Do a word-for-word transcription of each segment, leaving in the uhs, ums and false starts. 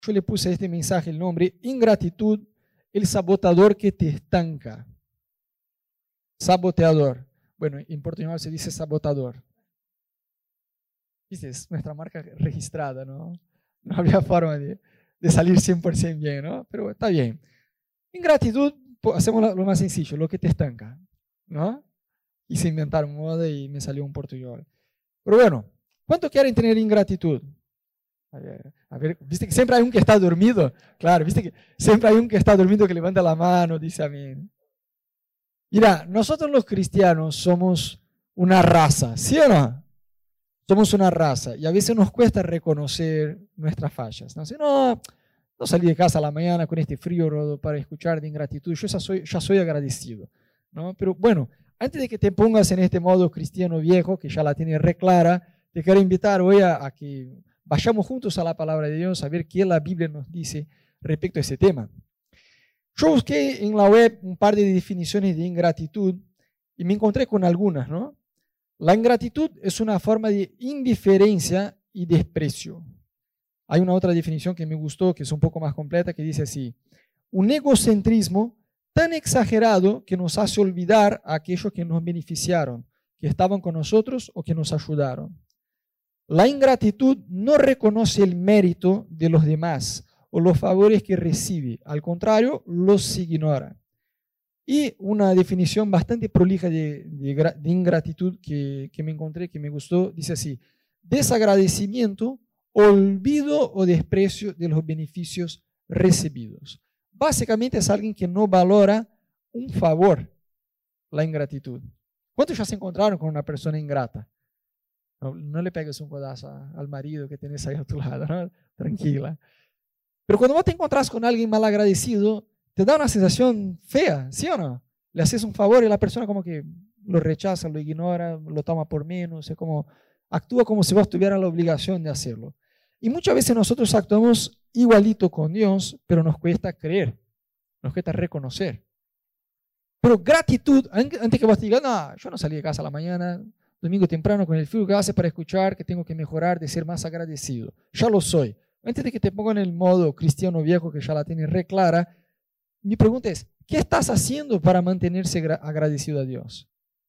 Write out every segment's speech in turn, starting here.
yo le puse a este mensaje el nombre, ingratitud, el sabotador que te estanca. Saboteador. Bueno, en portugués se dice sabotador. ¿Viste? Es nuestra marca registrada, ¿no? No había forma de, de salir cien por ciento bien, ¿no? Pero está bien. Ingratitud, hacemos lo más sencillo, lo que te estanca, ¿no? Hice inventar un modo y me salió un portugués. Pero bueno, ¿cuánto quieren tener ingratitud? A ver, a ver, ¿viste que siempre hay un que está dormido? Claro, ¿viste que siempre hay un que está dormido que levanta la mano, dice amén? Mira, nosotros los cristianos somos una raza, ¿sí o no? Somos una raza y a veces nos cuesta reconocer nuestras fallas. No, no, no salí de casa a la mañana con este frío para escuchar de ingratitud, yo ya soy, ya soy agradecido, ¿no? Pero bueno, antes de que te pongas en este modo cristiano viejo, que ya la tienes re clara, te quiero invitar hoy a, a que vayamos juntos a la palabra de Dios, a ver qué la Biblia nos dice respecto a ese tema. Yo busqué en la web un par de definiciones de ingratitud y me encontré con algunas, ¿no? La ingratitud es una forma de indiferencia y desprecio. Hay una otra definición que me gustó, que es un poco más completa, que dice así: un egocentrismo tan exagerado que nos hace olvidar a aquellos que nos beneficiaron, que estaban con nosotros o que nos ayudaron. La ingratitud no reconoce el mérito de los demás o los favores que recibe, al contrario, los ignora. Y una definición bastante prolija de, de, de ingratitud que, que me encontré, que me gustó, dice así: desagradecimiento, olvido o desprecio de los beneficios recibidos. Básicamente es alguien que no valora un favor, la ingratitud. ¿Cuántos ya se encontraron con una persona ingrata? No, no le pegues un codazo al marido que tienes ahí a tu lado, ¿no? Tranquila. Pero cuando vos te encontrás con alguien malagradecido, te da una sensación fea, ¿sí o no? Le haces un favor y la persona como que lo rechaza, lo ignora, lo toma por menos, es como, actúa como si vos tuvieras la obligación de hacerlo. Y muchas veces nosotros actuamos igualito con Dios, pero nos cuesta creer, nos cuesta reconocer. Pero gratitud, antes que vos te digas, no, yo no salí de casa a la mañana, domingo temprano con el frío que hace para escuchar que tengo que mejorar, de ser más agradecido. Ya lo soy. Antes de que te pongan en el modo cristiano viejo que ya la tienes re clara, mi pregunta es, ¿qué estás haciendo para mantenerse agradecido a Dios?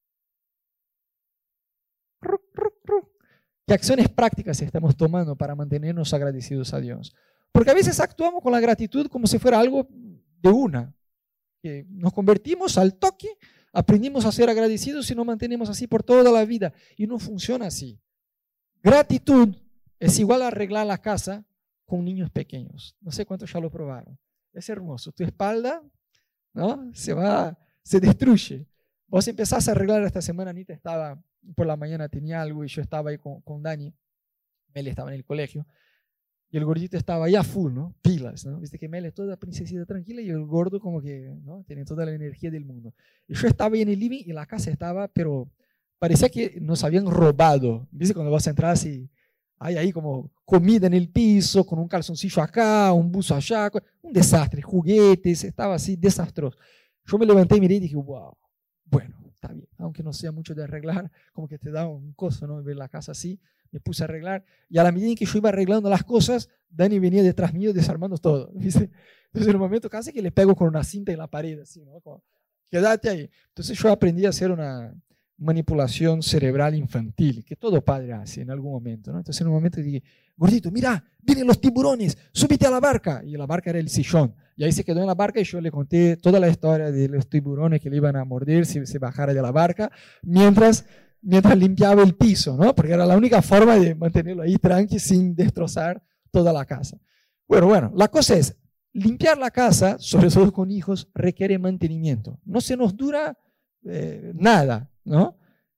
¿Qué acciones prácticas estamos tomando para mantenernos agradecidos a Dios? Porque a veces actuamos con la gratitud como si fuera algo de una. Que nos convertimos al toque, aprendimos a ser agradecidos y nos mantenemos así por toda la vida. Y no funciona así. Gratitud es igual a arreglar la casa con niños pequeños. No sé cuántos ya lo probaron. Es hermoso. Tu espalda, ¿no? se va, se destruye. Vos empezás a arreglar esta semana. Anita estaba, por la mañana tenía algo y yo estaba ahí con, con Dani. Mel estaba en el colegio. Y el gordito estaba ya full, ¿no? Pilas, ¿no? Viste que Mel es toda princesita tranquila y el gordo como que, ¿no? Tiene toda la energía del mundo. Y yo estaba ahí en el living y la casa estaba, pero parecía que nos habían robado. ¿Viste? Cuando vas a entrar así, hay ahí como comida en el piso, con un calzoncillo acá, un buzo allá, un desastre, juguetes, estaba así desastroso. Yo me levanté y miré y dije, wow, bueno, está bien. Aunque no sea mucho de arreglar, como que te da un coso, ¿no? Ver la casa así. Me puse a arreglar y a la medida en que yo iba arreglando las cosas, Dani venía detrás mío desarmando todo, ¿viste? Entonces en un momento casi que le pego con una cinta en la pared, así, ¿no? Como, quédate ahí. Entonces yo aprendí a hacer una manipulación cerebral infantil, que todo padre hace en algún momento, ¿no? Entonces en un momento dije, gordito, mira, vienen los tiburones, súbite a la barca. Y la barca era el sillón. Y ahí se quedó en la barca y yo le conté toda la historia de los tiburones que le iban a morder si se bajara de la barca, mientras... mientras limpiaba el piso, ¿no? Porque era la única forma de mantenerlo ahí tranqui sin destrozar toda la casa. Bueno, bueno, la cosa es, limpiar la casa, sobre todo con hijos, requiere mantenimiento. No se nos dura eh, nada, ¿no?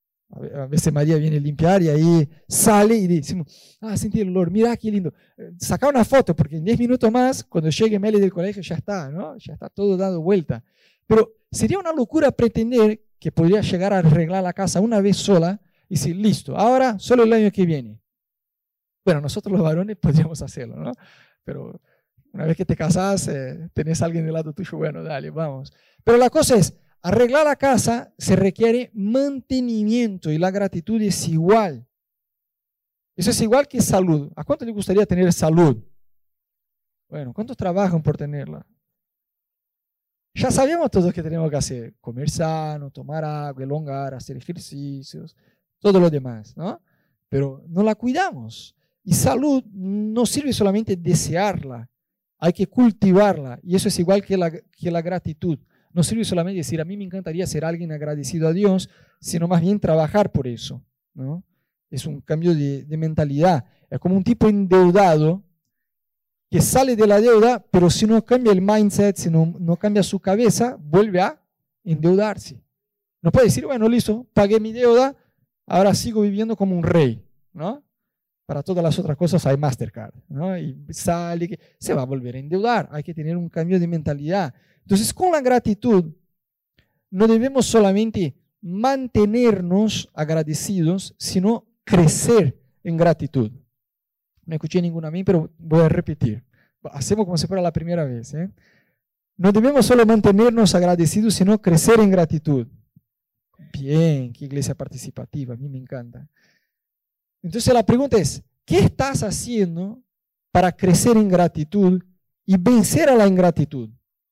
A veces María viene a limpiar y ahí sale y decimos, ah, sentí el olor, mira qué lindo. Saca una foto, porque en diez minutos más, cuando llegue Meli del colegio, ya está, ¿no? Ya está todo dado vuelta. Pero sería una locura pretender que podría llegar a arreglar la casa una vez sola y decir, listo, ahora solo el año que viene. Bueno, nosotros los varones podríamos hacerlo, ¿no? Pero una vez que te casás, eh, tenés a alguien del lado tuyo, bueno, dale, vamos. Pero la cosa es, arreglar la casa se requiere mantenimiento y la gratitud es igual. Eso es igual que salud. ¿A cuánto le gustaría tener salud? Bueno, ¿cuántos trabajan por tenerla? Ya sabemos todo lo que tenemos que hacer. Comer sano, tomar agua, elongar, hacer ejercicios, todo lo demás, ¿no? Pero no la cuidamos. Y salud no sirve solamente desearla, hay que cultivarla. Y eso es igual que la, que la gratitud. No sirve solamente decir, a mí me encantaría ser alguien agradecido a Dios, sino más bien trabajar por eso, ¿no? Es un cambio de, de mentalidad. Es como un tipo endeudado que sale de la deuda, pero si no cambia el mindset, si no, no cambia su cabeza, vuelve a endeudarse. No puede decir, bueno, listo, pagué mi deuda, ahora sigo viviendo como un rey, ¿no? Para todas las otras cosas hay Mastercard, ¿no? Y sale, se va a volver a endeudar. Hay que tener un cambio de mentalidad. Entonces, con la gratitud, no debemos solamente mantenernos agradecidos, sino crecer en gratitud. No escuché ninguna a mí, pero voy a repetir. Hacemos como si fuera la primera vez, ¿eh? No debemos solo mantenernos agradecidos, sino crecer en gratitud. Bien, qué iglesia participativa, a mí me encanta. Entonces la pregunta es, ¿qué estás haciendo para crecer en gratitud y vencer a la ingratitud?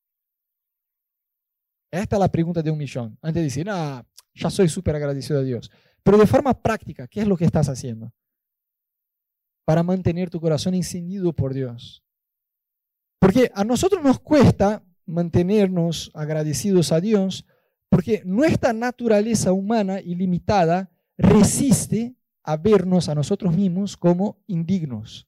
Esta es la pregunta de un millón. Antes de decir, ah, ya soy súper agradecido a Dios. Pero de forma práctica, ¿qué es lo que estás haciendo para mantener tu corazón encendido por Dios? Porque a nosotros nos cuesta mantenernos agradecidos a Dios porque nuestra naturaleza humana ilimitada resiste a vernos a nosotros mismos como indignos.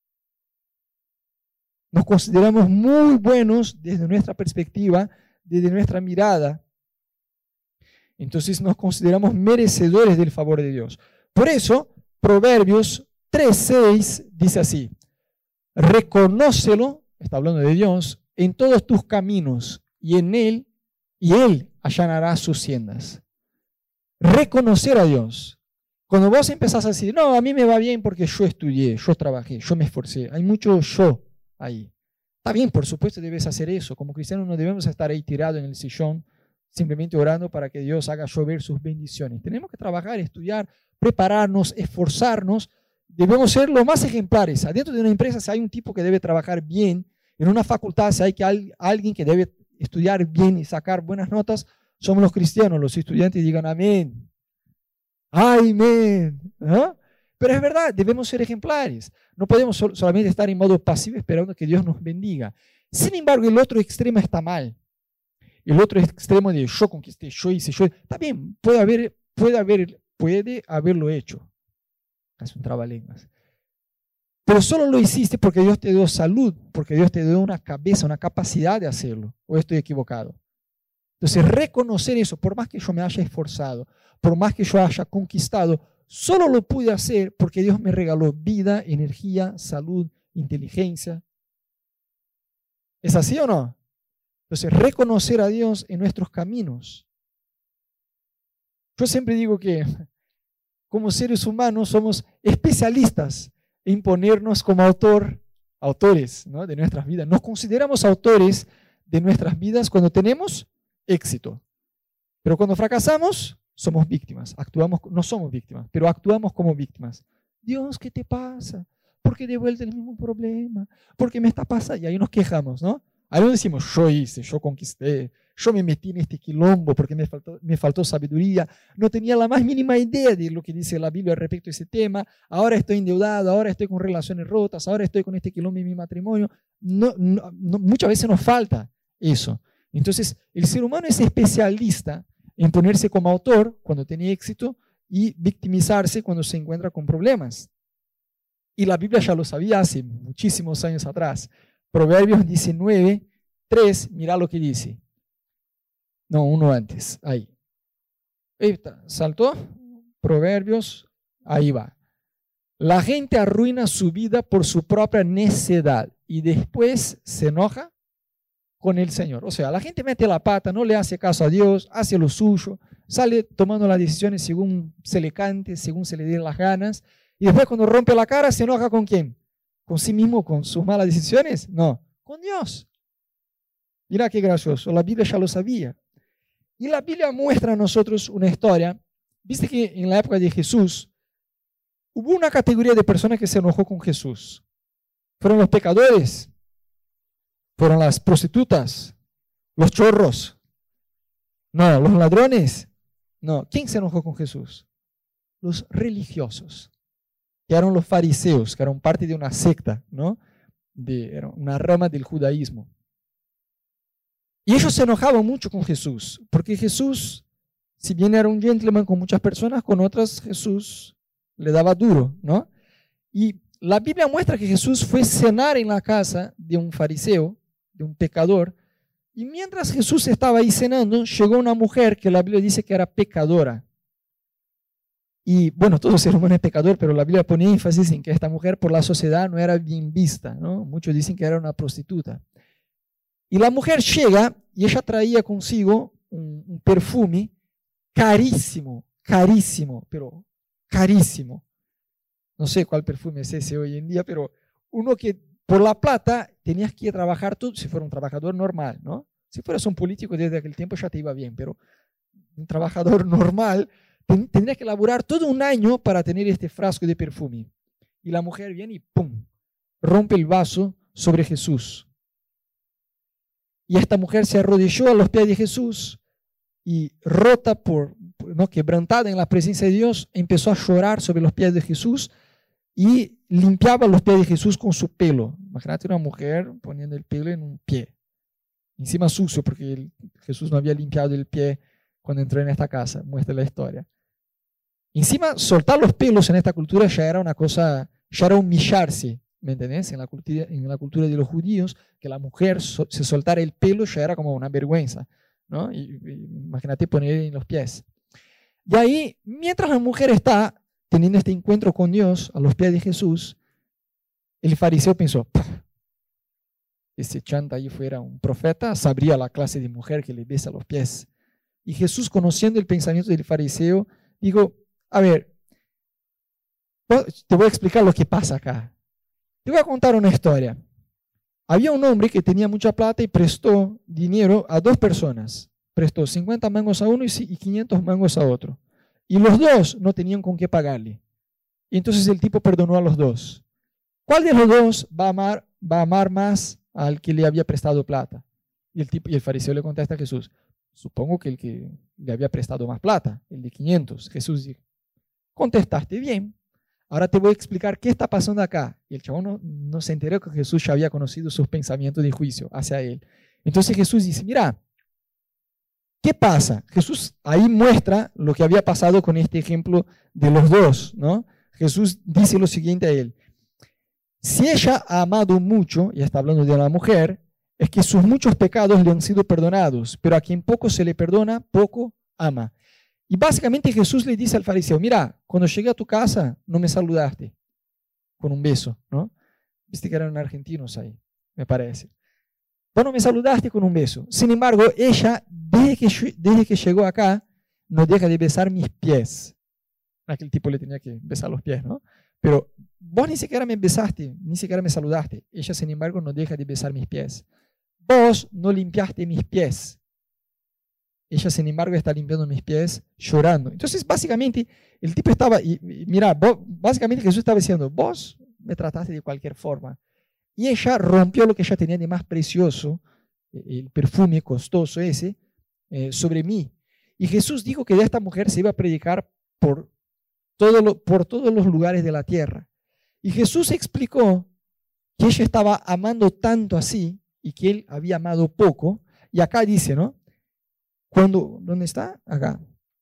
Nos consideramos muy buenos desde nuestra perspectiva, desde nuestra mirada. Entonces nos consideramos merecedores del favor de Dios. Por eso, Proverbios tres seis dice así, reconócelo, está hablando de Dios, en todos tus caminos y en Él, y Él allanará sus sendas. Reconocer a Dios. Cuando vos empezás a decir, no, a mí me va bien porque yo estudié, yo trabajé, yo me esforcé, hay mucho yo ahí. Está bien, por supuesto debes hacer eso. Como cristianos no debemos estar ahí tirados en el sillón, simplemente orando para que Dios haga llover sus bendiciones. Tenemos que trabajar, estudiar, prepararnos, esforzarnos. Debemos ser los más ejemplares. Adentro de una empresa, si hay un tipo que debe trabajar bien, en una facultad, si hay que hay alguien que debe estudiar bien y sacar buenas notas, somos los cristianos, los estudiantes digan amén. Amén. ¿No? Pero es verdad, debemos ser ejemplares. No podemos sol solamente estar en modo pasivo esperando que Dios nos bendiga. Sin embargo, el otro extremo está mal. El otro extremo de yo conquisté, yo hice, yo... Está bien, puede, haber, puede, haber, puede haberlo hecho. Es un trabalenguas. Pero solo lo hiciste porque Dios te dio salud, porque Dios te dio una cabeza, una capacidad de hacerlo. ¿O estoy equivocado? Entonces, reconocer eso, por más que yo me haya esforzado, por más que yo haya conquistado, solo lo pude hacer porque Dios me regaló vida, energía, salud, inteligencia. ¿Es así o no? Entonces, reconocer a Dios en nuestros caminos. Yo siempre digo que como seres humanos somos especialistas en ponernos como autor, autores, ¿no?, de nuestras vidas. Nos consideramos autores de nuestras vidas cuando tenemos éxito. Pero cuando fracasamos, somos víctimas. Actuamos, no somos víctimas, pero actuamos como víctimas. Dios, ¿qué te pasa? ¿Por qué de vuelta el mismo problema? ¿Por qué me está pasando? Y ahí nos quejamos, ¿no? Ahí no decimos, yo hice, yo conquisté, yo me metí en este quilombo porque me faltó, me faltó sabiduría, no tenía la más mínima idea de lo que dice la Biblia respecto a ese tema, ahora estoy endeudado, ahora estoy con relaciones rotas, ahora estoy con este quilombo en mi matrimonio. No, no, no, muchas veces nos falta eso. Entonces, el ser humano es especialista en ponerse como autor cuando tiene éxito y victimizarse cuando se encuentra con problemas. Y la Biblia ya lo sabía hace muchísimos años atrás. Proverbios diecinueve, tres, mira lo que dice. No, uno antes, ahí. Saltó, Proverbios, ahí va. La gente arruina su vida por su propia necedad y después se enoja con el Señor. O sea, la gente mete la pata, no le hace caso a Dios, hace lo suyo, sale tomando las decisiones según se le cante, según se le den las ganas, y después cuando rompe la cara se enoja ¿con quién? ¿Con sí mismo, con sus malas decisiones? No, con Dios. Mira qué gracioso, la Biblia ya lo sabía. Y la Biblia muestra a nosotros una historia. Viste que en la época de Jesús hubo una categoría de personas que se enojó con Jesús. Fueron los pecadores. ¿Fueron las prostitutas? ¿Los chorros? No, ¿los ladrones? No. ¿Quién se enojó con Jesús? Los religiosos, que eran los fariseos, que eran parte de una secta, ¿no? De, era una rama del judaísmo. Y ellos se enojaban mucho con Jesús, porque Jesús, si bien era un gentleman con muchas personas, con otras Jesús le daba duro, ¿no? Y la Biblia muestra que Jesús fue cenar en la casa de un fariseo, de un pecador, y mientras Jesús estaba ahí cenando, llegó una mujer que la Biblia dice que era pecadora. Y bueno, todo ser humano es pecador, pero la Biblia pone énfasis en que esta mujer por la sociedad no era bien vista, ¿no? Muchos dicen que era una prostituta. Y la mujer llega y ella traía consigo un, un perfume carísimo, carísimo, pero carísimo. No sé cuál perfume es ese hoy en día, pero uno que por la plata tenías que trabajar tú, si fuera un trabajador normal, ¿no? Si fueras un político desde aquel tiempo ya te iba bien, pero un trabajador normal ten, tendría que laburar todo un año para tener este frasco de perfume. Y la mujer viene y ¡pum! Rompe el vaso sobre Jesús. Y esta mujer se arrodilló a los pies de Jesús y rota por, ¿no? quebrantada en la presencia de Dios, empezó a llorar sobre los pies de Jesús y limpiaba los pies de Jesús con su pelo. Imagínate una mujer poniendo el pelo en un pie, encima sucio, porque el, Jesús no había limpiado el pie cuando entró en esta casa, muestra la historia. Encima, soltar los pelos en esta cultura ya era una cosa, ya era humillarse, ¿me entendés? En la cultura, en la cultura de los judíos, que la mujer so, se soltara el pelo ya era como una vergüenza, ¿no? Y, y, imagínate poner en los pies. Y ahí, mientras la mujer está teniendo este encuentro con Dios a los pies de Jesús, el fariseo pensó, ese chanta ahí fuera un profeta, sabría la clase de mujer que le besa los pies. Y Jesús, conociendo el pensamiento del fariseo, dijo, a ver, te voy a explicar lo que pasa acá. Te voy a contar una historia. Había un hombre que tenía mucha plata y prestó dinero a dos personas. Prestó cincuenta mangos a uno y quinientos mangos a otro. Y los dos no tenían con qué pagarle. Y entonces el tipo perdonó a los dos. ¿Cuál de los dos va a amar, va a amar más al que le había prestado plata? Y el, tipo, y el fariseo le contesta a Jesús, supongo que el que le había prestado más plata, el de quinientos. Jesús dijo, contestaste bien. Ahora te voy a explicar qué está pasando acá. Y el chabón no, no se enteró que Jesús ya había conocido sus pensamientos de juicio hacia él. Entonces Jesús dice, mira, ¿qué pasa? Jesús ahí muestra lo que había pasado con este ejemplo de los dos, ¿no? Jesús dice lo siguiente a él. Si ella ha amado mucho, y está hablando de la mujer, es que sus muchos pecados le han sido perdonados, pero a quien poco se le perdona, poco ama. Y básicamente Jesús le dice al fariseo, mira, cuando llegué a tu casa no me saludaste con un beso, ¿no? Viste que eran argentinos ahí, me parece. Vos no me saludaste con un beso. Sin embargo, ella, desde que, desde que llegó acá, no deja de besar mis pies. Aquel tipo le tenía que besar los pies, ¿no? Pero vos ni siquiera me besaste, ni siquiera me saludaste. Ella, sin embargo, no deja de besar mis pies. Vos no limpiaste mis pies. Ella, sin embargo, está limpiando mis pies llorando. Entonces, básicamente, el tipo estaba, y, y mira, vos, básicamente Jesús estaba diciendo, vos me trataste de cualquier forma. Y ella rompió lo que ella tenía de más precioso, el perfume costoso ese, eh, sobre mí. Y Jesús dijo que de esta mujer se iba a predicar por, todo lo, por todos los lugares de la tierra. Y Jesús explicó que ella estaba amando tanto así y que él había amado poco. Y acá dice, ¿no? Cuando, ¿dónde está? Acá.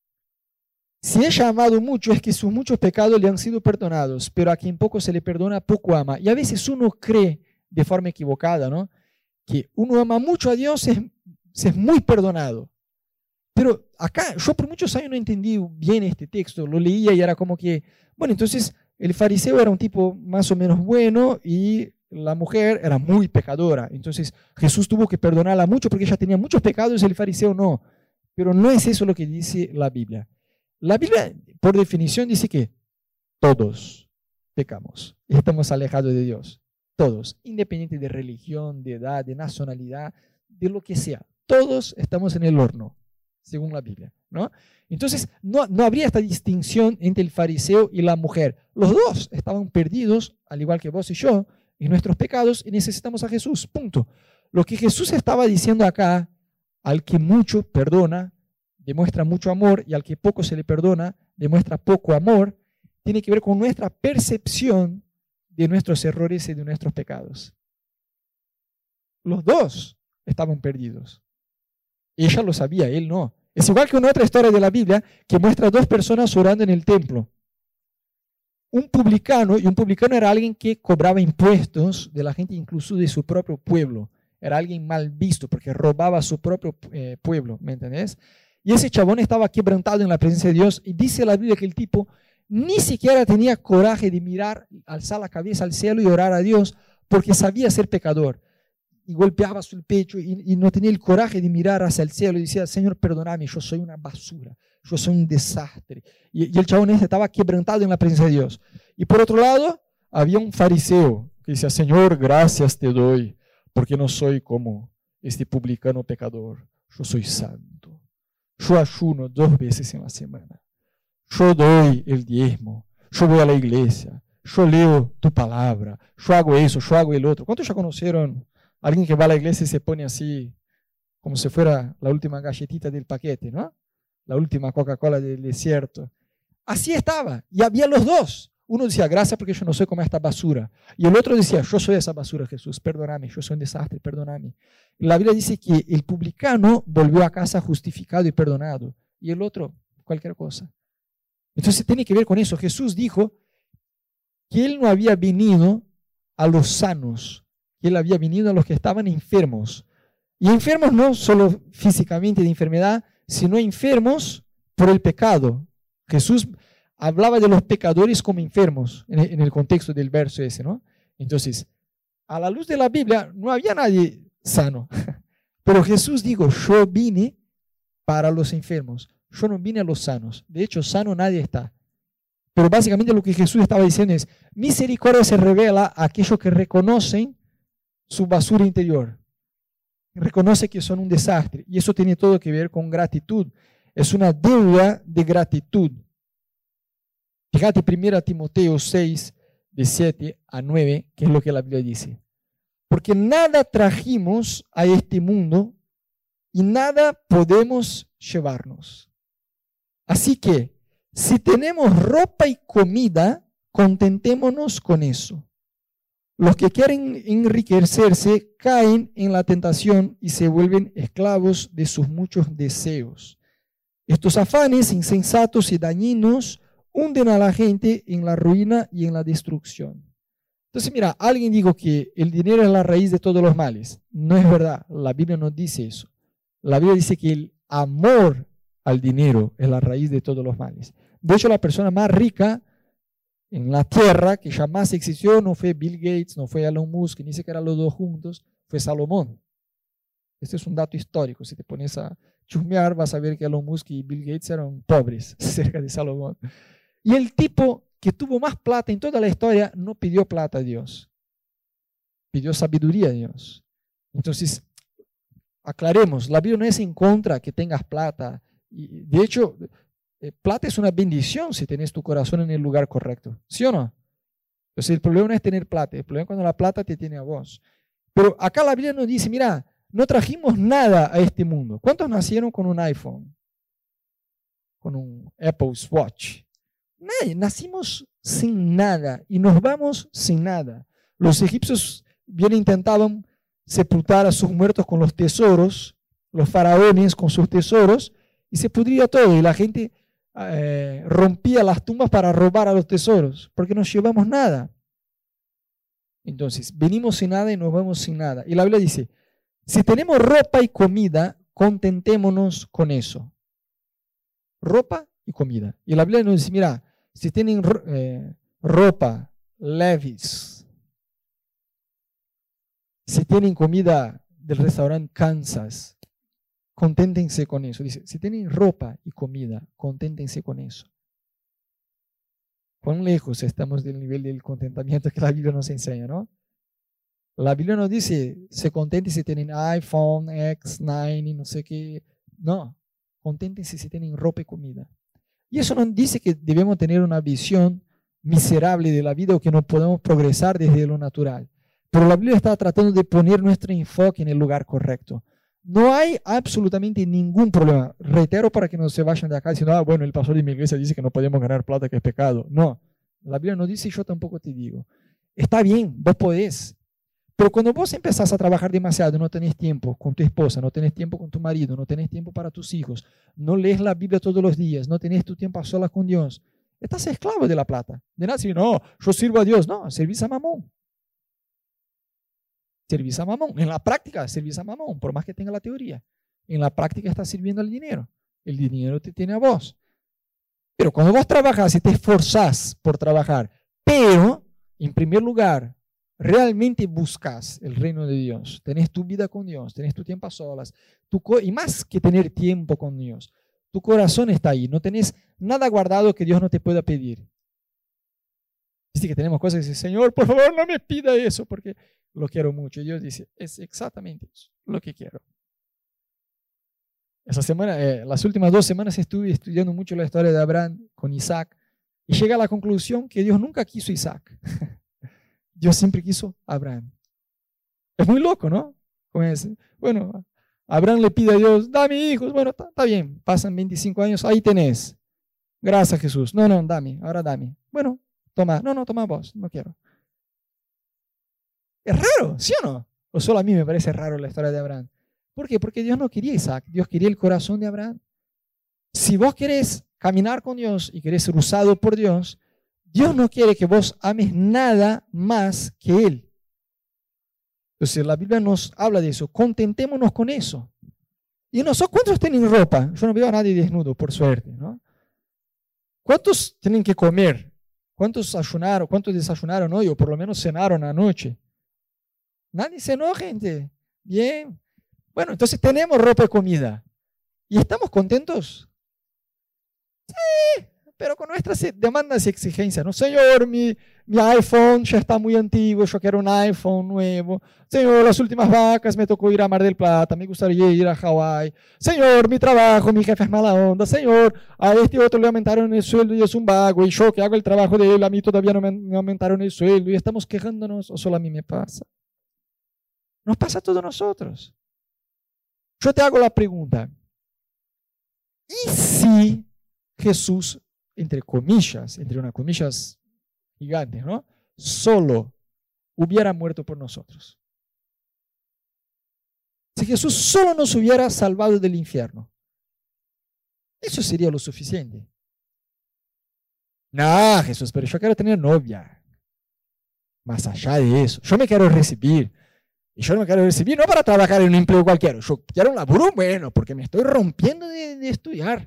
Si ella ha amado mucho, es que sus muchos pecados le han sido perdonados, pero a quien poco se le perdona, poco ama. Y a veces uno cree de forma equivocada, ¿no? Que uno ama mucho a Dios, es, es muy perdonado. Pero acá, yo por muchos años no entendí bien este texto, lo leía y era como que, bueno, entonces el fariseo era un tipo más o menos bueno y la mujer era muy pecadora. Entonces Jesús tuvo que perdonarla mucho porque ella tenía muchos pecados y el fariseo no. Pero no es eso lo que dice la Biblia. La Biblia, por definición, dice que todos pecamos y estamos alejados de Dios. Todos, independiente de religión, de edad, de nacionalidad, de lo que sea. Todos estamos en el horno, según la Biblia, ¿no? Entonces, no, no habría esta distinción entre el fariseo y la mujer. Los dos estaban perdidos, al igual que vos y yo, en nuestros pecados y necesitamos a Jesús, punto. lo que Jesús estaba diciendo acá, al que mucho perdona, demuestra mucho amor, y al que poco se le perdona, demuestra poco amor, tiene que ver con nuestra percepción de nuestros errores y de nuestros pecados. Los dos estaban perdidos. Ella lo sabía, él no. Es igual que una otra historia de la Biblia que muestra a dos personas orando en el templo. Un publicano, y un publicano era alguien que cobraba impuestos de la gente, incluso de su propio pueblo. Era alguien mal visto porque robaba a su propio eh, pueblo, ¿me entendés? Y ese chabón estaba quebrantado en la presencia de Dios, y dice la Biblia que el tipo ni siquiera tenía coraje de mirar, alzar la cabeza al cielo y orar a Dios, porque sabía ser pecador. Y golpeaba su pecho y, y no tenía el coraje de mirar hacia el cielo y decía, Señor, perdóname, yo soy una basura, yo soy un desastre. Y, y el chabón estaba quebrantado en la presencia de Dios. Y por otro lado, había un fariseo que decía, Señor, gracias te doy, porque no soy como este publicano pecador, yo soy santo. Yo ayuno dos veces en la semana. Yo doy el diezmo, yo voy a la iglesia, yo leo tu palabra, yo hago eso, yo hago el otro. ¿Cuántos ya conocieron a alguien que va a la iglesia y se pone así, como si fuera la última galletita del paquete, ¿no? La última Coca-Cola del desierto? Así estaba, y había los dos. Uno decía, gracias porque yo no soy como esta basura. Y el otro decía, yo soy esa basura, Jesús, perdóname, yo soy un desastre, perdóname. La Biblia dice que el publicano volvió a casa justificado y perdonado, y el otro, cualquier cosa. Entonces tiene que ver con eso. Jesús dijo que Él no había venido a los sanos, que Él había venido a los que estaban enfermos. Y enfermos no solo físicamente de enfermedad, sino enfermos por el pecado. Jesús hablaba de los pecadores como enfermos en el contexto del verso ese, ¿no? Entonces, a la luz de la Biblia no había nadie sano. Pero Jesús dijo, yo vine para los enfermos. Yo no vine a los sanos. De hecho, sano nadie está. Pero básicamente lo que Jesús estaba diciendo es, misericordia se revela a aquellos que reconocen su basura interior. Reconoce que son un desastre. Y eso tiene todo que ver con gratitud. Es una deuda de gratitud. Fíjate primero Timoteo seis, de siete a nueve, que es lo que la Biblia dice. Porque nada trajimos a este mundo y nada podemos llevarnos. Así que, si tenemos ropa y comida, contentémonos con eso. Los que quieren enriquecerse caen en la tentación y se vuelven esclavos de sus muchos deseos. Estos afanes insensatos y dañinos hunden a la gente en la ruina y en la destrucción. Entonces, mira, alguien dijo que el dinero es la raíz de todos los males. No es verdad, la Biblia no dice eso. La Biblia dice que el amor al dinero es la raíz de todos los males. De hecho, la persona más rica en la tierra que jamás existió no fue Bill Gates, no fue Elon Musk, ni siquiera los dos juntos, fue Salomón. Este es un dato histórico. Si te pones a chusmear, vas a ver que Elon Musk y Bill Gates eran pobres cerca de Salomón. Y el tipo que tuvo más plata en toda la historia no pidió plata a Dios, pidió sabiduría a Dios. Entonces, aclaremos, la Biblia no es en contra que tengas plata. Y de hecho, eh, plata es una bendición si tienes tu corazón en el lugar correcto, ¿sí o no? Entonces el problema no es tener plata, el problema es cuando la plata te tiene a vos. Pero acá la Biblia nos dice, mira, no trajimos nada a este mundo. ¿Cuántos nacieron con un iPhone? Con un Apple Watch. Nadie, nacimos sin nada y nos vamos sin nada. Los egipcios bien intentaban sepultar a sus muertos con los tesoros, los faraones con sus tesoros, y se pudría todo, y la gente eh, rompía las tumbas para robar a los tesoros, porque no llevamos nada. Entonces, venimos sin nada y nos vamos sin nada. Y la Biblia dice, si tenemos ropa y comida, contentémonos con eso. Ropa y comida. Y la Biblia nos dice, mira, si tienen eh, ropa, Levi's, si tienen comida del restaurante Kansas, conténtense con eso. Dice, si tienen ropa y comida, conténtense con eso. ¿Cuán lejos estamos del nivel del contentamiento que la Biblia nos enseña, no? La Biblia nos dice, se contenten si tienen iPhone X nueve y no sé qué. No, conténtense si tienen ropa y comida. Y eso no dice que debemos tener una visión miserable de la vida o que no podemos progresar desde lo natural. Pero la Biblia está tratando de poner nuestro enfoque en el lugar correcto. No hay absolutamente ningún problema. Reitero para que no se vayan de acá diciendo, ah, bueno, el pastor de mi iglesia dice que no podemos ganar plata, que es pecado. No, la Biblia no dice y yo tampoco te digo. Está bien, vos podés. Pero cuando vos empezás a trabajar demasiado, no tenés tiempo con tu esposa, no tenés tiempo con tu marido, no tenés tiempo para tus hijos, no lees la Biblia todos los días, no tenés tu tiempo a solas con Dios, estás esclavo de la plata. De nada, si no, yo sirvo a Dios. No, servís a Mamón. Servís a Mamón. En la práctica, servís a Mamón, por más que tenga la teoría. En la práctica estás sirviendo al dinero. El dinero te tiene a vos. Pero cuando vos trabajás y te esforzás por trabajar, pero, en primer lugar, realmente buscas el reino de Dios, tenés tu vida con Dios, tenés tu tiempo a solas, tu y más que tener tiempo con Dios, tu corazón está ahí, no tenés nada guardado que Dios no te pueda pedir. Viste que tenemos cosas que dicen, Señor, por favor, no me pida eso, porque lo quiero mucho. Y Dios dice, es exactamente eso, lo que quiero. Esa semana, eh, las últimas dos semanas estuve estudiando mucho la historia de Abraham con Isaac y llegué a la conclusión que Dios nunca quiso Isaac. Dios siempre quiso Abraham. Es muy loco, ¿no? Como es, bueno, Abraham le pide a Dios, dame hijos. Bueno, está bien, pasan veinticinco años, ahí tenés. Gracias, Jesús. No, no, dame, ahora dame. Bueno, toma. No, no, toma vos, no quiero. Es raro, ¿sí o no? O solo a mí me parece raro la historia de Abraham. ¿Por qué? Porque Dios no quería Isaac, Dios quería el corazón de Abraham. Si vos querés caminar con Dios y querés ser usado por Dios, Dios no quiere que vos ames nada más que Él. Entonces la Biblia nos habla de eso, contentémonos con eso. Y nosotros, ¿cuántos tienen ropa? Yo no veo a nadie desnudo, por suerte, ¿no? ¿Cuántos tienen que comer? ¿Cuántos ayunaron? ¿Cuántos desayunaron hoy? O por lo menos cenaron anoche. Nadie cenó, gente. Bien. Bueno, entonces tenemos ropa y comida. ¿Y estamos contentos? Sí, pero con nuestras demandas y exigencias, ¿no? Señor, mi, mi iPhone ya está muy antiguo, yo quiero un iPhone nuevo. Señor, las últimas vacas me tocó ir a Mar del Plata, me gustaría ir a Hawái. Señor, mi trabajo, mi jefe es mala onda. Señor, a este otro le aumentaron el sueldo y es un vago, y yo que hago el trabajo de él, a mí todavía no me, me aumentaron el sueldo, y estamos quejándonos, o solo a mí me pasa. Nos pasa a todos nosotros. Yo te hago la pregunta, ¿y si Jesús, entre comillas, entre unas comillas gigantes, ¿no?, solo hubiera muerto por nosotros? Si Jesús solo nos hubiera salvado del infierno, ¿eso sería lo suficiente? No, Jesús, pero yo quiero tener novia. Más allá de eso, yo me quiero recibir. Y yo no me quiero recibir no para trabajar en un empleo cualquiera. Yo quiero un laburo bueno porque me estoy rompiendo de, de estudiar.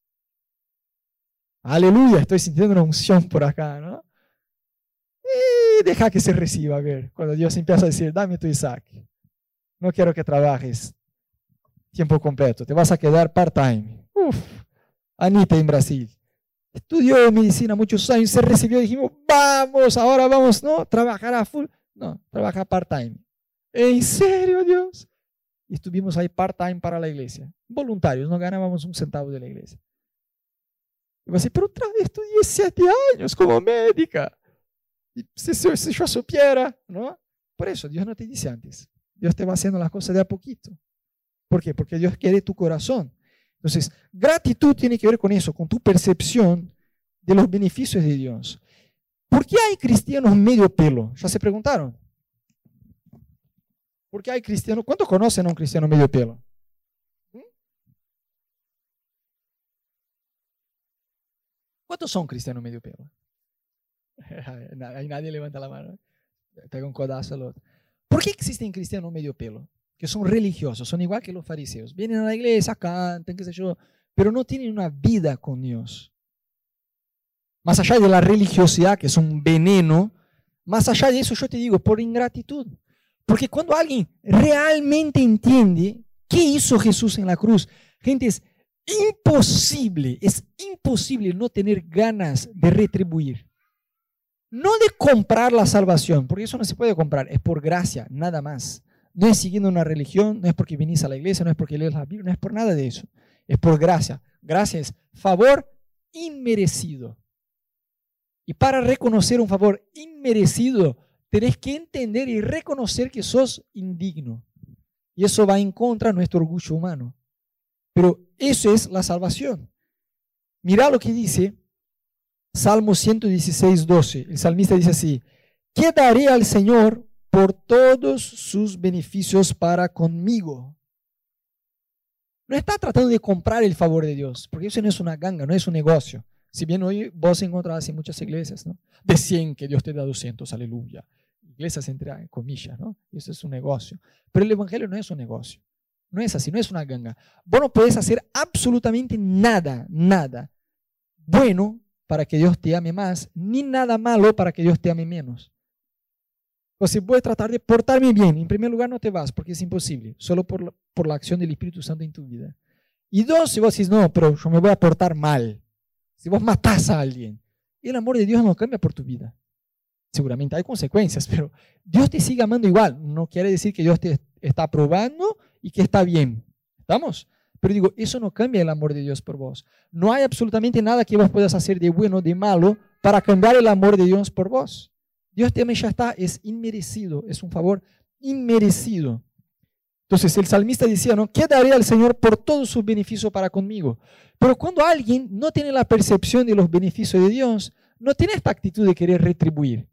Aleluya, estoy sintiendo una unción por acá, ¿no? Y deja que se reciba, a ver, cuando Dios empieza a decir, dame tu Isaac. No quiero que trabajes tiempo completo, te vas a quedar part-time. Uf, Anita en Brasil. Estudió medicina muchos años, se recibió y dijimos, vamos, ahora vamos, ¿no? Trabajar a full. No, trabaja part-time. ¿En serio, Dios? Y estuvimos ahí part-time para la iglesia. Voluntarios, no ganábamos un centavo de la iglesia. Y va a decir, pero otra vez estudié siete años como médica. Y si, si, si yo supiera, ¿no? Por eso, Dios no te dice antes. Dios te va haciendo las cosas de a poquito. ¿Por qué? Porque Dios quiere tu corazón. Entonces, gratitud tiene que ver con eso, con tu percepción de los beneficios de Dios. ¿Por qué hay cristianos medio pelo? ¿Ya se preguntaron? ¿Por qué hay cristianos? ¿Cuántos conocen a un cristiano medio pelo? ¿Mm? ¿Cuántos son cristianos medio pelo? Ahí nadie levanta la mano. Pega un codazo al otro. ¿Por qué existen cristianos medio pelo? Que son religiosos, son igual que los fariseos. Vienen a la iglesia, cantan, qué sé yo, pero no tienen una vida con Dios. Más allá de la religiosidad, que es un veneno, más allá de eso yo te digo, por ingratitud. Porque cuando alguien realmente entiende qué hizo Jesús en la cruz, gente, es imposible, es imposible no tener ganas de retribuir. No de comprar la salvación, porque eso no se puede comprar, es por gracia, nada más. No es siguiendo una religión, no es porque vinís a la iglesia, no es porque lees la Biblia, no es por nada de eso. Es por gracia. Gracia es favor inmerecido. Y para reconocer un favor inmerecido, tenés que entender y reconocer que sos indigno. Y eso va en contra de nuestro orgullo humano. Pero eso es la salvación. Mirá lo que dice Salmo ciento dieciséis, doce. El salmista dice así: ¿qué daré al Señor por todos sus beneficios para conmigo? No está tratando de comprar el favor de Dios, porque eso no es una ganga, no es un negocio. Si bien hoy vos encontrás en muchas iglesias, ¿no?, de cien que Dios te da doscientos, aleluya. Iglesias entre comillas, ¿no? Eso es un negocio. Pero el evangelio no es un negocio. No es así, no es una ganga. Vos no podés hacer absolutamente nada, nada bueno para que Dios te ame más, ni nada malo para que Dios te ame menos. O sea, puedes tratar de portarme bien. En primer lugar, no te vas, porque es imposible, solo por la, por la acción del Espíritu Santo en tu vida. Y dos, si vos decís, no, pero yo me voy a portar mal. Si vos matás a alguien, el amor de Dios no cambia por tu vida. Seguramente hay consecuencias, pero Dios te sigue amando igual. No quiere decir que Dios te está aprobando y que está bien. ¿Estamos? Pero digo, eso no cambia el amor de Dios por vos. No hay absolutamente nada que vos puedas hacer de bueno, de malo, para cambiar el amor de Dios por vos. Dios te ama y ya está. Es inmerecido. Es un favor inmerecido. Entonces el salmista decía, ¿no?, ¿qué daré al Señor por todo su beneficio para conmigo? Pero cuando alguien no tiene la percepción de los beneficios de Dios, no tiene esta actitud de querer retribuir.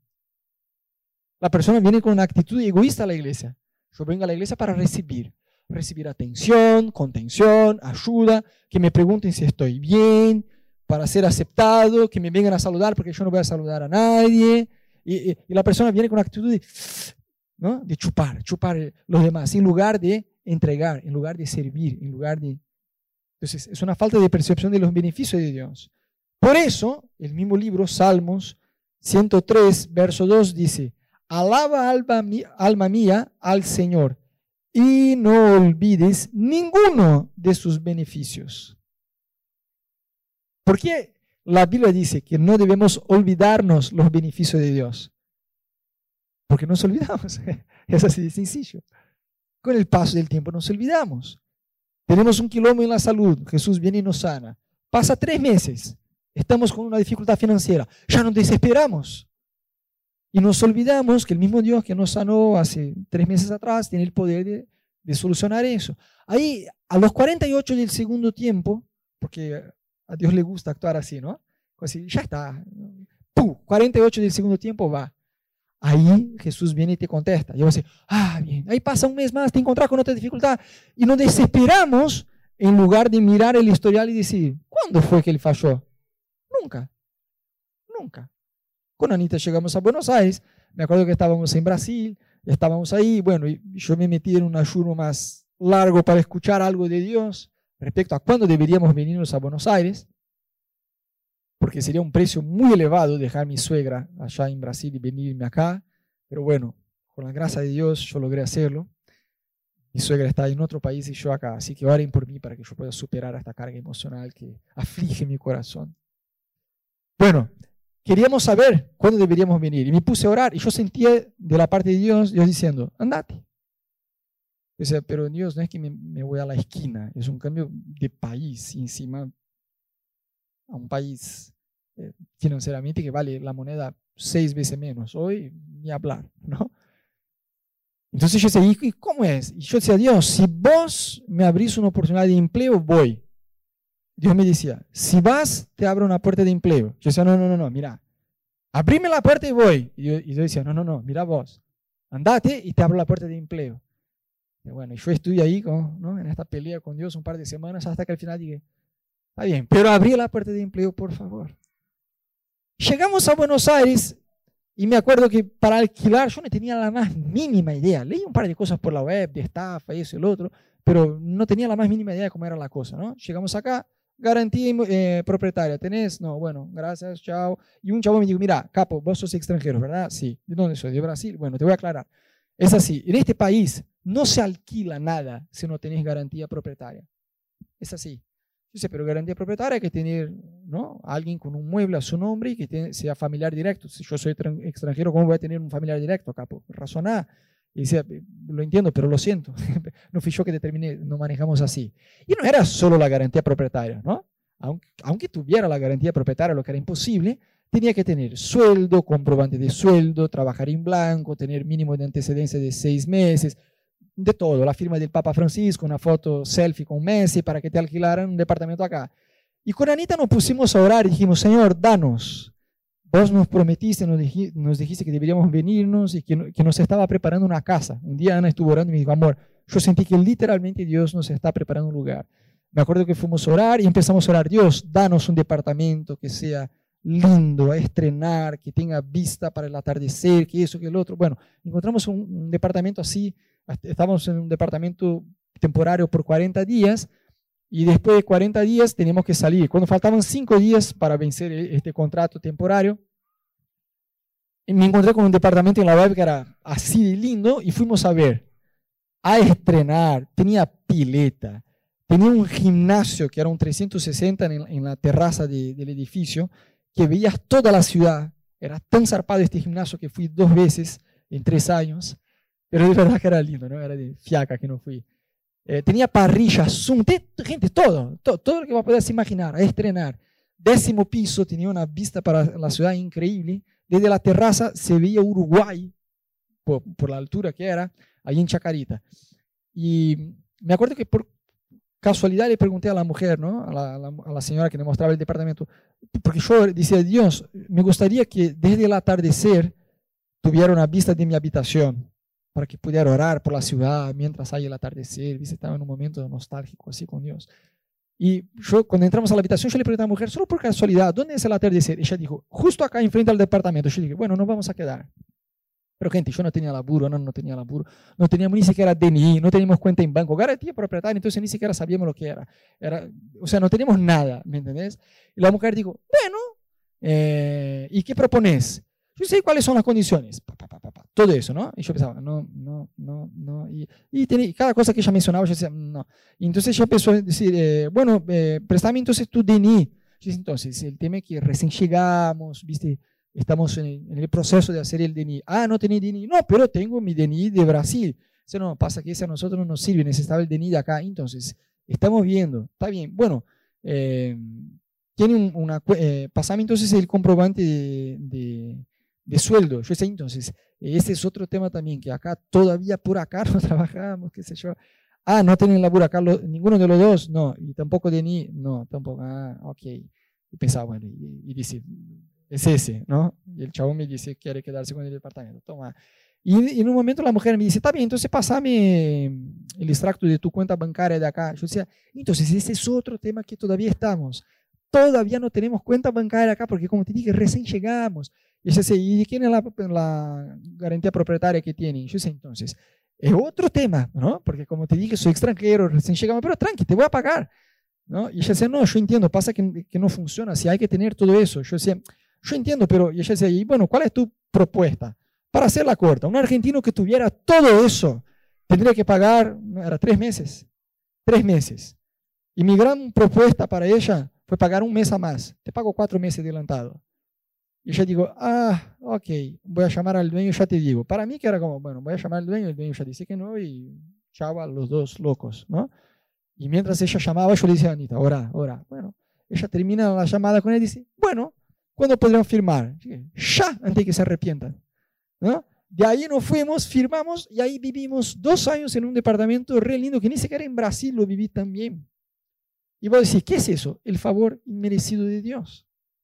La persona viene con una actitud egoísta a la iglesia. Yo vengo a la iglesia para recibir. Recibir atención, contención, ayuda, que me pregunten si estoy bien, para ser aceptado, que me vengan a saludar porque yo no voy a saludar a nadie. Y, y, y la persona viene con una actitud de, ¿no?, de chupar, chupar los demás, en lugar de entregar, en lugar de servir, en lugar de... Entonces, es una falta de percepción de los beneficios de Dios. Por eso, el mismo libro, Salmos ciento tres, verso dos, dice: alaba, alma, alma mía, al Señor, y no olvides ninguno de sus beneficios. ¿Por qué la Biblia dice que no debemos olvidarnos los beneficios de Dios? Porque nos olvidamos. Es así de sencillo. Con el paso del tiempo nos olvidamos. Tenemos un quilombo en la salud, Jesús viene y nos sana. Pasa tres meses, estamos con una dificultad financiera, ya nos desesperamos. Y nos olvidamos que el mismo Dios que nos sanó hace tres meses atrás tiene el poder de, de solucionar eso. Ahí, a los cuarenta y ocho del segundo tiempo, porque a Dios le gusta actuar así, ¿no? Así, ya está. ¡Pum! cuarenta y ocho del segundo tiempo va. Ahí Jesús viene y te contesta. Y yo voy a decir, ah, bien. Ahí pasa un mes más, te encontrás con otra dificultad. Y nos desesperamos en lugar de mirar el historial y decir, ¿cuándo fue que él falló? Nunca. Nunca. Con Anita llegamos a Buenos Aires. Me acuerdo que estábamos en Brasil. Estábamos ahí. Bueno, y yo me metí en un ayuno más largo para escuchar algo de Dios respecto a cuándo deberíamos venirnos a Buenos Aires. Porque sería un precio muy elevado dejar a mi suegra allá en Brasil y venirme acá. Pero bueno, con la gracia de Dios yo logré hacerlo. Mi suegra está en otro país y yo acá. Así que oren por mí para que yo pueda superar esta carga emocional que aflige mi corazón. Bueno, queríamos saber cuándo deberíamos venir. Y me puse a orar y yo sentía de la parte de Dios, Dios diciendo, andate. Yo decía, pero Dios, no es que me, me voy a la esquina, es un cambio de país encima. A un país eh, financieramente que vale la moneda seis veces menos. Hoy ni hablar, ¿no? Entonces yo decía, ¿y cómo es? Y yo decía, Dios, si vos me abrís una oportunidad de empleo, voy. Dios me decía, si vas, te abro una puerta de empleo. Yo decía, no, no, no, no, mira, abrime la puerta y voy. Y yo, y yo decía, no, no, no, mira vos, andate y te abro la puerta de empleo. Y bueno, yo estuve ahí con, ¿no?, en esta pelea con Dios un par de semanas hasta que al final dije, está bien, pero abrí la puerta de empleo, por favor. Llegamos a Buenos Aires y me acuerdo que para alquilar yo no tenía la más mínima idea. Leí un par de cosas por la web, de estafa, eso y lo otro, pero no tenía la más mínima idea de cómo era la cosa, ¿no? Llegamos acá, garantía eh, propietaria. ¿Tenés? No, bueno, gracias, chao. Y un chavo me dijo, mira, capo, vos sos extranjero, ¿verdad? Sí. ¿De dónde soy? ¿De Brasil? Bueno, te voy a aclarar. Es así, en este país no se alquila nada si no tenés garantía propietaria. Es así. Dice, pero garantía propietaria hay que tener, ¿no?, alguien con un mueble a su nombre y que tiene, sea familiar directo. Si yo soy extranjero, ¿cómo voy a tener un familiar directo, capo? Razoná. Y dice, lo entiendo, pero lo siento. No fui yo que determiné, no manejamos así. Y no era solo la garantía propietaria, ¿no? Aunque, aunque tuviera la garantía propietaria, lo que era imposible, tenía que tener sueldo, comprobante de sueldo, trabajar en blanco, tener mínimo de antecedencia de seis meses, de todo, la firma del Papa Francisco, una foto selfie con Messi para que te alquilaran un departamento acá. Y con Anita nos pusimos a orar y dijimos, Señor, danos. Vos nos prometiste, nos dijiste, nos dijiste que deberíamos venirnos y que, que nos estaba preparando una casa. Un día Ana estuvo orando y me dijo, amor, yo sentí que literalmente Dios nos está preparando un lugar. Me acuerdo que fuimos a orar y empezamos a orar, Dios, danos un departamento que sea lindo, a estrenar, que tenga vista para el atardecer, que eso, que el otro. Bueno, encontramos un, un departamento así, estábamos en un departamento temporario por cuarenta días y después de cuarenta días teníamos que salir. Cuando faltaban cinco días para vencer este contrato temporario, me encontré con un departamento en la web que era así de lindo y fuimos a ver, a estrenar, tenía pileta, tenía un gimnasio que era un trescientos sesenta en, en la terraza de, del edificio, que veías toda la ciudad. Era tan zarpado este gimnasio que fui dos veces en tres años, pero de verdad que era lindo, ¿no? Era de fiaca que no fui. Eh, tenía parrillas, Zoom, te, gente, todo, todo, todo lo que vos podés imaginar, a estrenar. Décimo piso, tenía una vista para la ciudad increíble. Desde la terraza se veía Uruguay, por, por la altura que era, ahí en Chacarita. Y me acuerdo que por casualidad le pregunté a la mujer, ¿no? a, la, a, la, a la señora que me mostraba el departamento, porque yo decía, Dios, me gustaría que desde el atardecer tuviera una vista de mi habitación, para que pudiera orar por la ciudad mientras hay el atardecer. ¿Viste? Estaba en un momento nostálgico así con Dios. Y yo, cuando entramos a la habitación, yo le pregunté a la mujer, solo por casualidad, ¿dónde es el atardecer? Ella dijo, justo acá enfrente al departamento. Yo dije, bueno, nos vamos a quedar. Pero gente, yo no tenía laburo, no, no tenía laburo, no teníamos ni siquiera D N I, no teníamos cuenta en banco, garantía propietaria, entonces ni siquiera sabíamos lo que era. era o sea, no teníamos nada, ¿me entendés? Y la mujer dijo, bueno, eh, ¿y qué propones? Yo sé cuáles son las condiciones, pa, pa, pa, pa, pa, todo eso, ¿no? Y yo pensaba, no, no, no, no. Y, y tenía, cada cosa que ella mencionaba, yo decía, no. Y entonces ella empezó a decir, eh, bueno, eh, préstame entonces tu D N I. Yo decía, entonces, el tema es que recién llegamos, ¿viste? Estamos en el, en el proceso de hacer el D N I. Ah, no tenés D N I. No, pero tengo mi D N I de Brasil. Dice, no, pasa que ese a nosotros no nos sirve, necesitaba el D N I de acá. Entonces, estamos viendo, está bien. Bueno, eh, tiene un, una, eh, pasame entonces el comprobante de, de de sueldo. Yo sé, entonces, ese es otro tema también, que acá todavía por acá no trabajamos, qué sé yo. Ah, no tienen laburo acá, lo, ninguno de los dos, no, y tampoco de ni, no, tampoco, ah, ok. Y pensaba, bueno, y, y dice, es ese, ¿no? Y el chavo me dice, quiere quedarse con el departamento, toma. Y, y en un momento la mujer me dice, está bien, entonces pásame el extracto de tu cuenta bancaria de acá. Yo decía, entonces ese es otro tema que todavía estamos. Todavía no tenemos cuenta bancaria acá, porque como te dije, recién llegamos. Y yo decía, ¿y quién es la, la garantía propietaria que tiene? Yo decía, entonces, es otro tema, ¿no? Porque como te dije, soy extranjero, recién llegamos, pero tranqui, te voy a pagar, ¿no? Y ella decía, no, yo entiendo, pasa que, que no funciona, si hay que tener todo eso. Yo decía, yo entiendo, pero y ella decía, y bueno, ¿cuál es tu propuesta? Para hacerla corta, un argentino que tuviera todo eso, tendría que pagar, ¿no? Era tres meses, tres meses. Y mi gran propuesta para ella fue pagar un mes a más, te pago cuatro meses adelantado. Y yo digo, ah, ok, voy a llamar al dueño, ya te digo. Para mí que era como, bueno, voy a llamar al dueño, el dueño ya dice que no y chao a los dos locos, ¿no? Y mientras ella llamaba, yo le decía a Anita, ora, ora. Bueno, ella termina la llamada con él y dice, bueno, ¿cuándo podremos firmar? Ya, antes de que se arrepientan, ¿no? De ahí nos fuimos, firmamos y ahí vivimos dos años en un departamento re lindo que ni siquiera en Brasil lo viví tan bien. Y vos decís, ¿qué es eso? El favor inmerecido de Dios.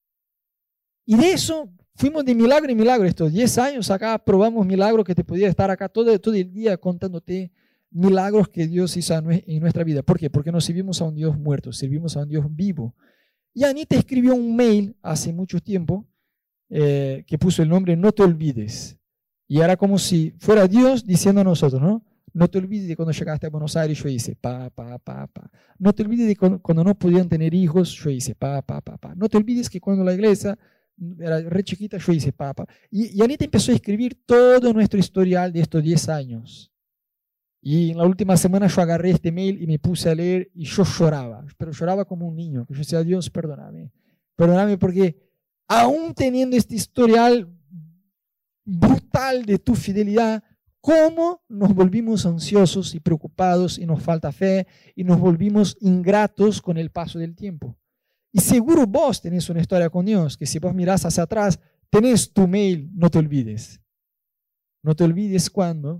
Y de eso fuimos de milagro en milagro. Estos diez años acá probamos milagros que te podía estar acá todo, todo el día contándote milagros que Dios hizo en nuestra vida. ¿Por qué? Porque no servimos a un Dios muerto, servimos a un Dios vivo. Y Anita escribió un mail hace mucho tiempo eh, que puso el nombre No te olvides. Y era como si fuera Dios diciendo a nosotros, ¿no? No te olvides de cuando llegaste a Buenos Aires, yo hice pa, pa, pa, pa. No te olvides de cuando, cuando no podían tener hijos, yo hice pa, pa, pa, pa. No te olvides que cuando la iglesia era re chiquita, yo hice papa. Y, y Anita empezó a escribir todo nuestro historial de estos diez años. Y en la última semana yo agarré este mail y me puse a leer y yo lloraba, pero lloraba como un niño. Yo decía, Dios, perdóname. Perdóname porque aún teniendo este historial brutal de tu fidelidad, ¿cómo nos volvimos ansiosos y preocupados y nos falta fe y nos volvimos ingratos con el paso del tiempo? Y seguro vos tenés una historia con Dios, que si vos mirás hacia atrás, tenés tu mail, no te olvides. No te olvides cuándo,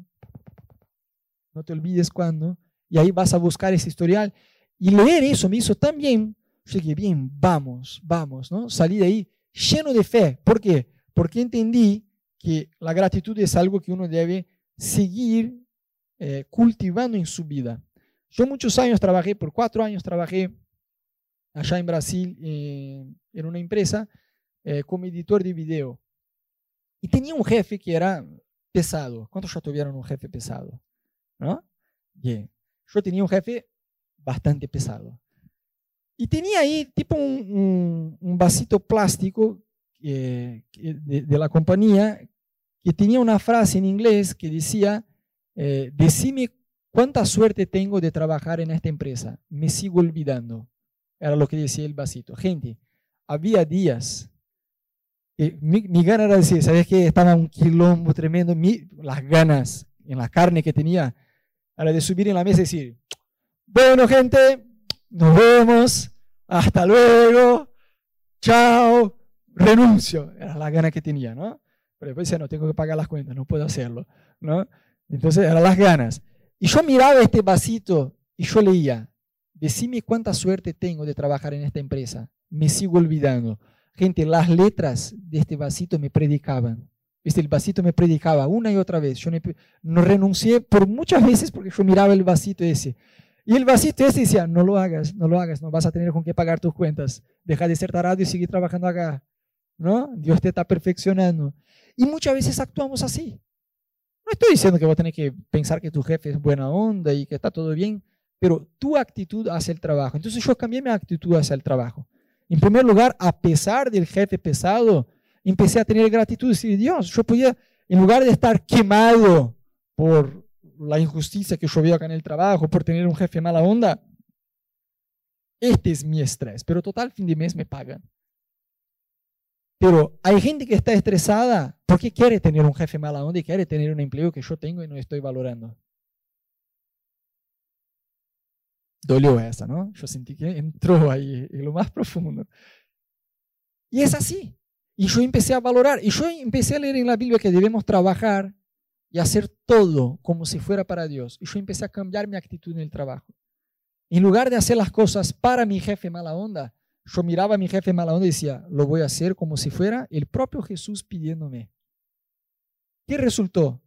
no te olvides cuándo, y ahí vas a buscar ese historial. Y leer eso me hizo tan bien, yo dije, bien, vamos, vamos, ¿no? Salí de ahí lleno de fe. ¿Por qué? Porque entendí que la gratitud es algo que uno debe seguir eh, cultivando en su vida. Yo muchos años trabajé, por cuatro años trabajé allá en Brasil, eh, en una empresa, eh, como editor de video. Y tenía un jefe que era pesado. ¿Cuántos ya tuvieron un jefe pesado? ¿No? Bien. Yo tenía un jefe bastante pesado. Y tenía ahí tipo un, un, un vasito plástico eh, de, de la compañía que tenía una frase en inglés que decía, eh, decime cuánta suerte tengo de trabajar en esta empresa. Me sigo olvidando. Era lo que decía el vasito. Gente, había días, eh, mi, mi gana era decir, ¿sabes qué? Estaba un quilombo tremendo. Mi, las ganas en la carne que tenía era de subir en la mesa y decir, bueno, gente, nos vemos, hasta luego, chao, renuncio. Era la gana que tenía, ¿no? Pero después decía, no, tengo que pagar las cuentas, no puedo hacerlo, ¿no? Entonces eran las ganas. Y yo miraba este vasito y yo leía, decime cuánta suerte tengo de trabajar en esta empresa. Me sigo olvidando. Gente, las letras de este vasito me predicaban. Este, el vasito me predicaba una y otra vez. Yo no, no renuncié por muchas veces porque yo miraba el vasito ese. Y el vasito ese decía, no lo hagas, no lo hagas, no vas a tener con qué pagar tus cuentas. Deja de ser tarado y sigue trabajando acá, ¿no? Dios te está perfeccionando. Y muchas veces actuamos así. No estoy diciendo que vos tenés que pensar que tu jefe es buena onda y que está todo bien, pero tu actitud hacia el trabajo. Entonces yo cambié mi actitud hacia el trabajo. En primer lugar, a pesar del jefe pesado, empecé a tener gratitud y decir, Dios, yo podía, en lugar de estar quemado por la injusticia que yo veo acá en el trabajo, por tener un jefe mala onda, este es mi estrés, pero total, fin de mes me pagan. Pero hay gente que está estresada porque quiere tener un jefe mala onda y quiere tener un empleo que yo tengo y no estoy valorando. Dolió esa, ¿no? Yo sentí que entró ahí en lo más profundo. Y es así. Y yo empecé a valorar. Y yo empecé a leer en la Biblia que debemos trabajar y hacer todo como si fuera para Dios. Y yo empecé a cambiar mi actitud en el trabajo. En lugar de hacer las cosas para mi jefe mala onda, yo miraba a mi jefe mala onda y decía, lo voy a hacer como si fuera el propio Jesús pidiéndome. ¿Qué resultó?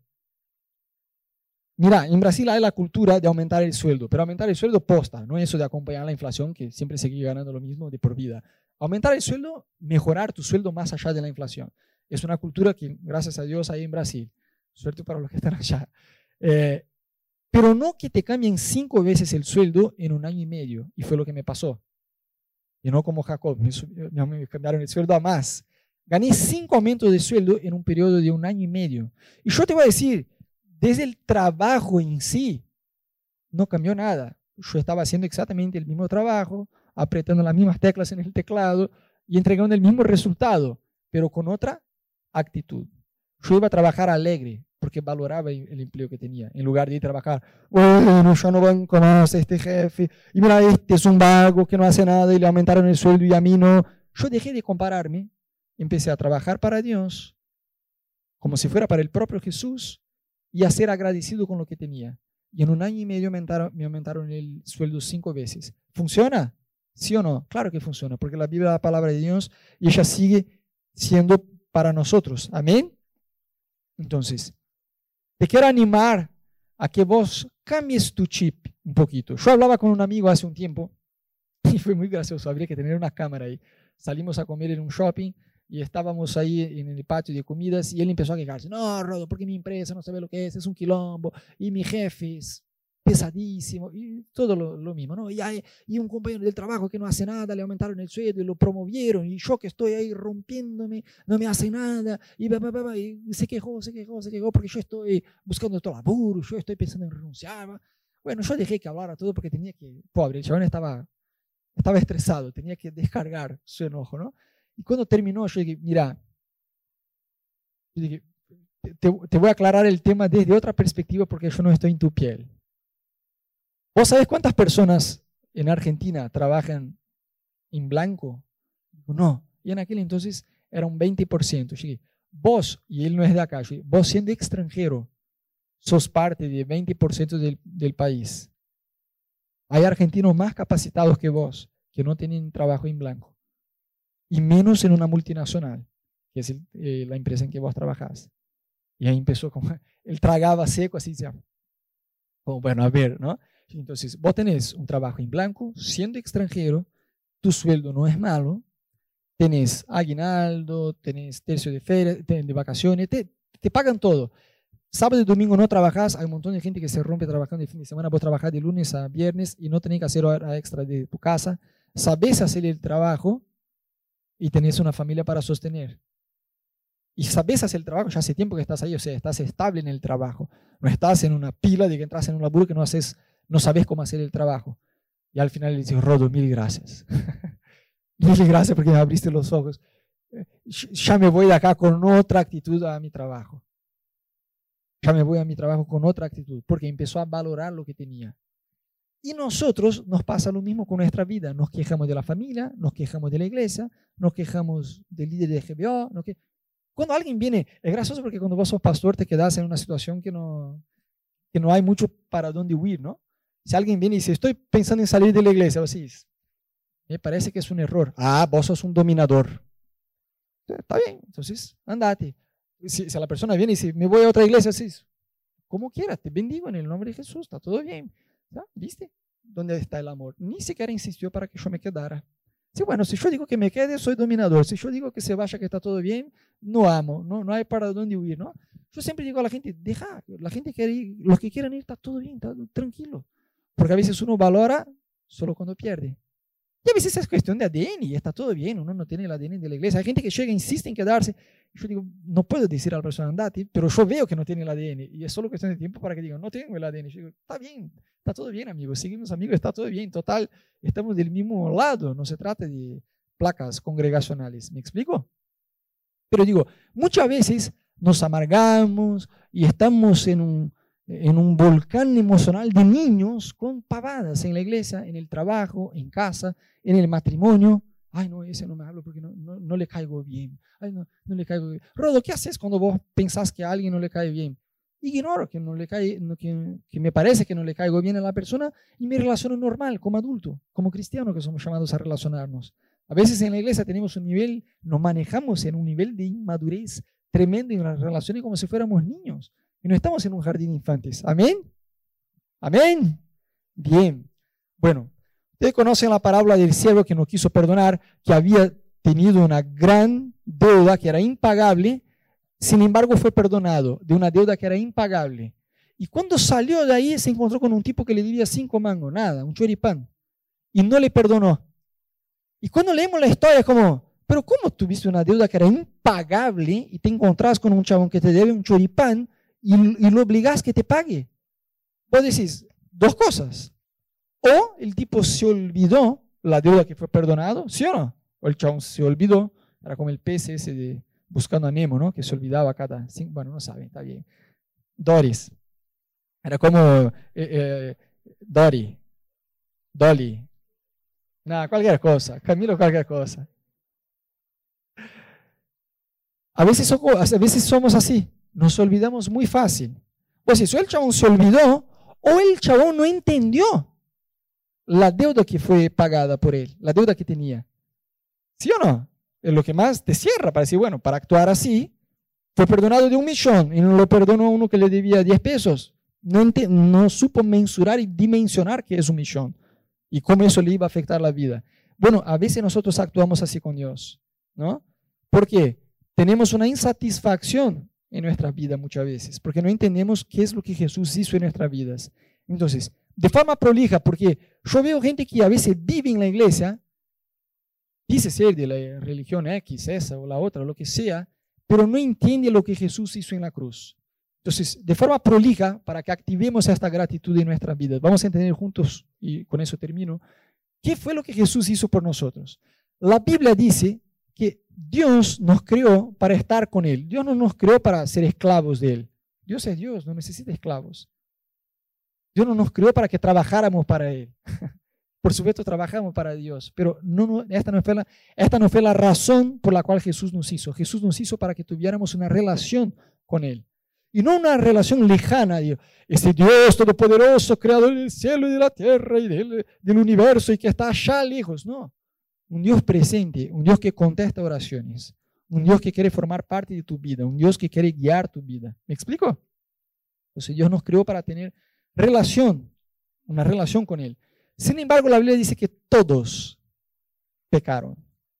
Mira, en Brasil hay la cultura de aumentar el sueldo, pero aumentar el sueldo posta, no eso de acompañar la inflación, que siempre seguí ganando lo mismo de por vida. Aumentar el sueldo, mejorar tu sueldo más allá de la inflación. Es una cultura que, gracias a Dios, hay en Brasil. Suerte para los que están allá. Eh, pero no que te cambien cinco veces el sueldo en un año y medio, y fue lo que me pasó. Y no como Jacob, me, me cambiaron el sueldo a más. Gané cinco aumentos de sueldo en un periodo de un año y medio. Y yo te voy a decir, desde el trabajo en sí, no cambió nada. Yo estaba haciendo exactamente el mismo trabajo, apretando las mismas teclas en el teclado y entregando el mismo resultado, pero con otra actitud. Yo iba a trabajar alegre porque valoraba el empleo que tenía, en lugar de ir a trabajar, bueno, yo no banco más a este jefe, y mira, este es un vago que no hace nada y le aumentaron el sueldo y a mí no. Yo dejé de compararme, empecé a trabajar para Dios, como si fuera para el propio Jesús, y a ser agradecido con lo que tenía. Y en un año y medio me aumentaron, me aumentaron el sueldo cinco veces. ¿Funciona? ¿Sí o no? Claro que funciona, porque la Biblia es la palabra de Dios y ella sigue siendo para nosotros. Amén. Entonces, te quiero animar a que vos cambies tu chip un poquito. Yo hablaba con un amigo hace un tiempo y fue muy gracioso, habría que tener una cámara ahí. Salimos a comer en un shopping y estábamos ahí en el patio de comidas y él empezó a quejarse. No, Rodo, porque mi empresa no sabe lo que es, es un quilombo y mi jefe es pesadísimo y todo lo, lo mismo, ¿no? Y, hay, y un compañero del trabajo que no hace nada, le aumentaron el sueldo y lo promovieron y yo que estoy ahí rompiéndome, no me hace nada y, bah, bah, bah, y se quejó, se quejó, se quejó porque yo estoy buscando otro laburo, yo estoy pensando en renunciar. Bueno, yo dejé que hablara todo porque tenía que, pobre, el chabón estaba, estaba estresado, tenía que descargar su enojo, ¿no? Y cuando terminó, yo dije, mira, yo dije, te, te voy a aclarar el tema desde otra perspectiva porque yo no estoy en tu piel. ¿Vos sabés cuántas personas en Argentina trabajan en blanco? Digo, no. Y en aquel entonces era un veinte por ciento. Llegué, vos, y él no es de acá, llegué, vos siendo extranjero, sos parte del veinte por ciento del, del país. Hay argentinos más capacitados que vos, que no tienen trabajo en blanco. Y menos en una multinacional, que es el, eh, la empresa en que vos trabajás. Y ahí empezó como, él tragaba seco, así, ya. Como, bueno, a ver, ¿no? Entonces, vos tenés un trabajo en blanco, siendo extranjero, tu sueldo no es malo, tenés aguinaldo, tenés tercio de feria, de vacaciones, te, te pagan todo. Sábado y domingo no trabajas, hay un montón de gente que se rompe trabajando de fin de semana, vos trabajás de lunes a viernes y no tenés que hacer hora extra de tu casa, sabés hacer el trabajo y tenés una familia para sostener. Y sabés hacer el trabajo, ya hace tiempo que estás ahí, o sea, estás estable en el trabajo. No estás en una pila de que entras en un laburo que no, haces, no sabes cómo hacer el trabajo. Y al final le dices, Rodo, mil gracias. Mil gracias porque me abriste los ojos. Ya me voy de acá con otra actitud a mi trabajo. Ya me voy a mi trabajo con otra actitud, porque empezó a valorar lo que tenía. Y nosotros nos pasa lo mismo con nuestra vida. Nos quejamos de la familia, nos quejamos de la iglesia, nos quejamos del líder de G B O. Nos que... Cuando alguien viene, es gracioso porque cuando vos sos pastor te quedas en una situación que no, que no hay mucho para dónde huir, ¿no? Si alguien viene y dice, estoy pensando en salir de la iglesia, vos decís, me parece que es un error. Ah, vos sos un dominador. Está bien, entonces andate. Si, si la persona viene y dice, me voy a otra iglesia, así, como quieras, te bendigo en el nombre de Jesús, está todo bien. ¿Ya? ¿Viste? ¿Dónde está el amor? Ni siquiera insistió para que yo me quedara. Sí, bueno, si yo digo que me quede, soy dominador. Si yo digo que se vaya, que está todo bien, no amo, no, no hay para dónde huir, ¿no? Yo siempre digo a la gente, deja, la gente quiere ir, los que quieran ir, está todo bien, está tranquilo. Porque a veces uno valora solo cuando pierde. Y a veces es cuestión de A D N y está todo bien, uno no tiene el A D N de la iglesia. Hay gente que llega e insiste en quedarse. Yo digo, no puedo decir a la persona andate, pero yo veo que no tiene el A D N y es solo cuestión de tiempo para que digan, no tengo el A D N. Yo digo, está bien, está todo bien, amigos, seguimos amigos, está todo bien. Total, estamos del mismo lado, no se trata de placas congregacionales. ¿Me explico? Pero digo, muchas veces nos amargamos y estamos en un, en un volcán emocional de niños con pavadas en la iglesia, en el trabajo, en casa, en el matrimonio. Ay, no, ese no me hablo porque no, no, no le caigo bien. Ay, no, no le caigo bien. Rodo, ¿qué haces cuando vos pensás que a alguien no le cae bien? Ignoro que, no le cae, que, que me parece que no le caigo bien a la persona y me relaciono normal, como adulto, como cristiano que somos llamados a relacionarnos. A veces en la iglesia tenemos un nivel, nos manejamos en un nivel de inmadurez tremendo en las relaciones como si fuéramos niños. Y no estamos en un jardín de infantes. ¿Amén? ¿Amén? Bien. Bueno, ustedes conocen la parábola del siervo que no quiso perdonar, que había tenido una gran deuda que era impagable, sin embargo fue perdonado de una deuda que era impagable. Y cuando salió de ahí se encontró con un tipo que le debía cinco mangos, nada, un choripán, y no le perdonó. Y cuando leemos la historia es como, pero ¿cómo tuviste una deuda que era impagable y te encontrás con un chabón que te debe un choripán y, y lo obligás que te pague? Vos decís dos cosas. O el tipo se olvidó la deuda que fue perdonado, ¿sí o no? O el chabón se olvidó, era como el pez ese de Buscando a Nemo, ¿no? Que se olvidaba cada cinco, bueno, no saben, está bien. Doris, era como eh, eh, Dory, Dolly, nada, cualquier cosa, Camilo cualquier cosa. A veces, a veces somos así, nos olvidamos muy fácil. O sea, o el chabón se olvidó o el chabón no entendió la deuda que fue pagada por él, la deuda que tenía. ¿Sí o no? Es lo que más te cierra para decir, bueno, para actuar así, fue perdonado de un millón y no lo perdonó a uno que le debía diez pesos. No, no supo mensurar y dimensionar qué es un millón y cómo eso le iba a afectar la vida. Bueno, a veces nosotros actuamos así con Dios, ¿no? ¿Por qué? Tenemos una insatisfacción en nuestra vida muchas veces, porque no entendemos qué es lo que Jesús hizo en nuestras vidas. Entonces, de forma prolija, porque yo veo gente que a veces vive en la iglesia, dice ser de la religión X, esa o la otra, lo que sea, pero no entiende lo que Jesús hizo en la cruz. Entonces, de forma prolija, para que activemos esta gratitud en nuestras vidas, vamos a entender juntos, y con eso termino, qué fue lo que Jesús hizo por nosotros. La Biblia dice que Dios nos creó para estar con Él. Dios no nos creó para ser esclavos de Él. Dios es Dios, no necesita esclavos. Dios no nos creó para que trabajáramos para Él. Por supuesto, trabajamos para Dios, pero no, no, esta, no fue la, esta no fue la razón por la cual Jesús nos hizo. Jesús nos hizo para que tuviéramos una relación con Él. Y no una relación lejana, Dios, ese Dios todopoderoso, creador del cielo y de la tierra y del, del universo y que está allá lejos. No, un Dios presente, un Dios que contesta oraciones, un Dios que quiere formar parte de tu vida, un Dios que quiere guiar tu vida. ¿Me explico? Entonces Dios nos creó para tener relación, una relación con Él. Sin embargo, la Biblia dice que todos pecaron.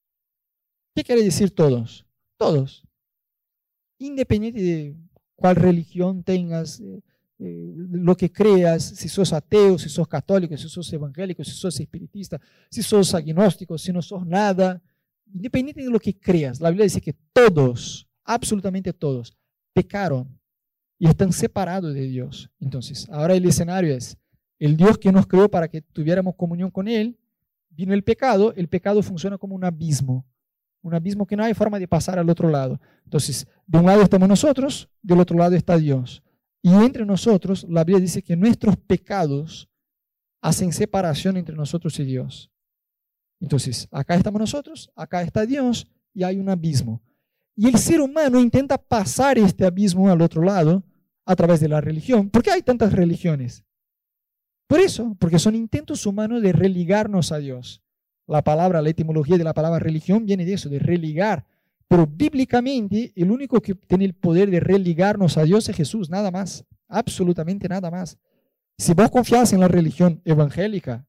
¿Qué quiere decir todos? Todos. Independiente de cuál religión tengas, eh, eh, lo que creas, si sos ateo, si sos católico, si sos evangélico, si sos espiritista, si sos agnóstico, si no sos nada, independiente de lo que creas, la Biblia dice que todos, absolutamente todos, pecaron y están separados de Dios. Entonces, ahora el escenario es, el Dios que nos creó para que tuviéramos comunión con Él, vino el pecado, el pecado funciona como un abismo, un abismo que no hay forma de pasar al otro lado. Entonces, de un lado estamos nosotros, del otro lado está Dios. Y entre nosotros, la Biblia dice que nuestros pecados hacen separación entre nosotros y Dios. Entonces, acá estamos nosotros, acá está Dios y hay un abismo. Y el ser humano intenta pasar este abismo al otro lado a través de la religión. ¿Por qué hay tantas religiones? Por eso, porque son intentos humanos de religarnos a Dios. La palabra, la etimología de la palabra religión viene de eso, de religar. Pero bíblicamente, el único que tiene el poder de religarnos a Dios es Jesús, nada más. Absolutamente nada más. Si vos confías en la religión evangélica,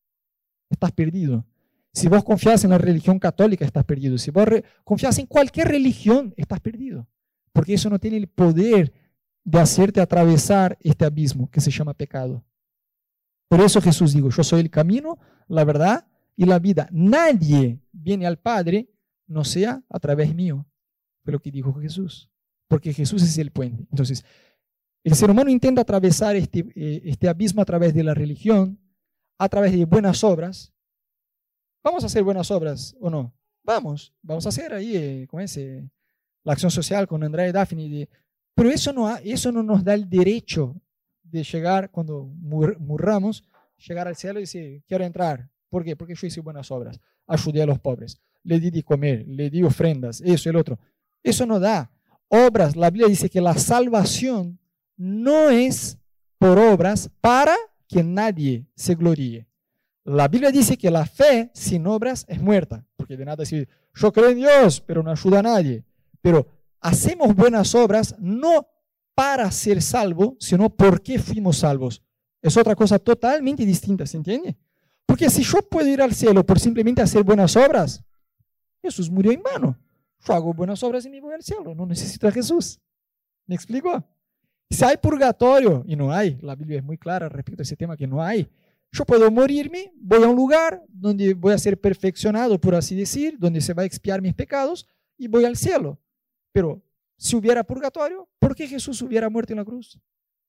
estás perdido. Si vos confías en la religión católica, estás perdido. Si vos confías en cualquier religión, estás perdido. Porque eso no tiene el poder de hacerte atravesar este abismo que se llama pecado. Por eso Jesús dijo, yo soy el camino, la verdad y la vida. Nadie viene al Padre no sea a través mío. Fue lo que dijo Jesús. Porque Jesús es el puente. Entonces, el ser humano intenta atravesar este, eh, este abismo a través de la religión, a través de buenas obras. ¿Vamos a hacer buenas obras o no? Vamos, vamos a hacer ahí, eh, ¿cómo es? Eh, la acción social con Andrea y Daphne. De, pero eso no, ha, eso no nos da el derecho de llegar, cuando mur, murramos, llegar al cielo y decir, quiero entrar. ¿Por qué? Porque yo hice buenas obras, ayudé a los pobres, le di de comer, le di ofrendas, eso y el otro. Eso no da. Obras, la Biblia dice que la salvación no es por obras para que nadie se gloríe. La Biblia dice que la fe sin obras es muerta, porque de nada decir, yo creo en Dios, pero no ayuda a nadie. Pero hacemos buenas obras no para ser salvo, sino porque fuimos salvos. Es otra cosa totalmente distinta, ¿se entiende? Porque si yo puedo ir al cielo por simplemente hacer buenas obras, Jesús murió en vano. Yo hago buenas obras y me voy al cielo, no necesito a Jesús. ¿Me explico? Si hay purgatorio, y no hay, la Biblia es muy clara respecto a ese tema que no hay, yo puedo morirme, voy a un lugar donde voy a ser perfeccionado, por así decir, donde se va a expiar mis pecados y voy al cielo. Pero si hubiera purgatorio, ¿por qué Jesús hubiera muerto en la cruz?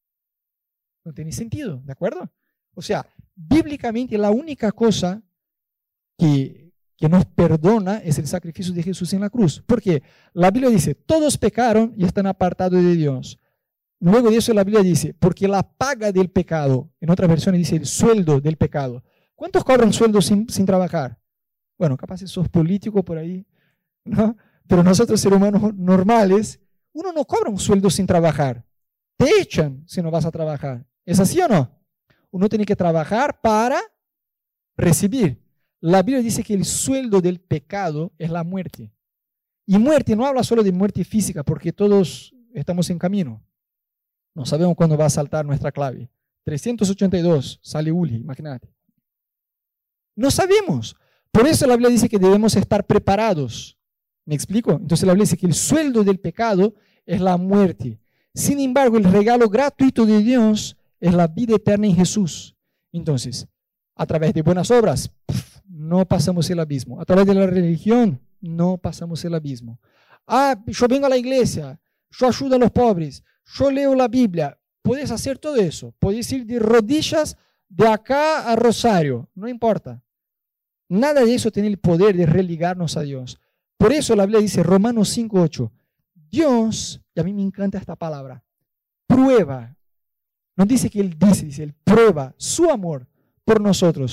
No tiene sentido, ¿de acuerdo? O sea, bíblicamente la única cosa que, que nos perdona es el sacrificio de Jesús en la cruz. Porque la Biblia dice, todos pecaron y están apartados de Dios. Luego de eso la Biblia dice, porque la paga del pecado, en otras versiones dice el sueldo del pecado. ¿Cuántos cobran sueldo sin, sin trabajar? Bueno, capaz sos político por ahí, ¿no? Pero nosotros, seres humanos normales, uno no cobra un sueldo sin trabajar. Te echan si no vas a trabajar. ¿Es así o no? Uno tiene que trabajar para recibir. La Biblia dice que el sueldo del pecado es la muerte. Y muerte no habla solo de muerte física, porque todos estamos en camino. No sabemos cuándo va a saltar nuestra clave. trescientos ochenta y dos, sale Uli, imagínate. No sabemos. Por eso la Biblia dice que debemos estar preparados. ¿Me explico? Entonces la Biblia dice que el sueldo del pecado es la muerte. Sin embargo, el regalo gratuito de Dios es la vida eterna en Jesús. Entonces, a través de buenas obras, pf, no pasamos el abismo. A través de la religión, no pasamos el abismo. Ah, yo vengo a la iglesia, yo ayudo a los pobres, yo leo la Biblia. Puedes hacer todo eso. Puedes ir de rodillas de acá a Rosario. No importa. Nada de eso tiene el poder de religarnos a Dios. Por eso la Biblia dice, Romanos cinco ocho, Dios, y a mí me encanta esta palabra, prueba. No dice que Él dice, dice Él prueba su amor por nosotros,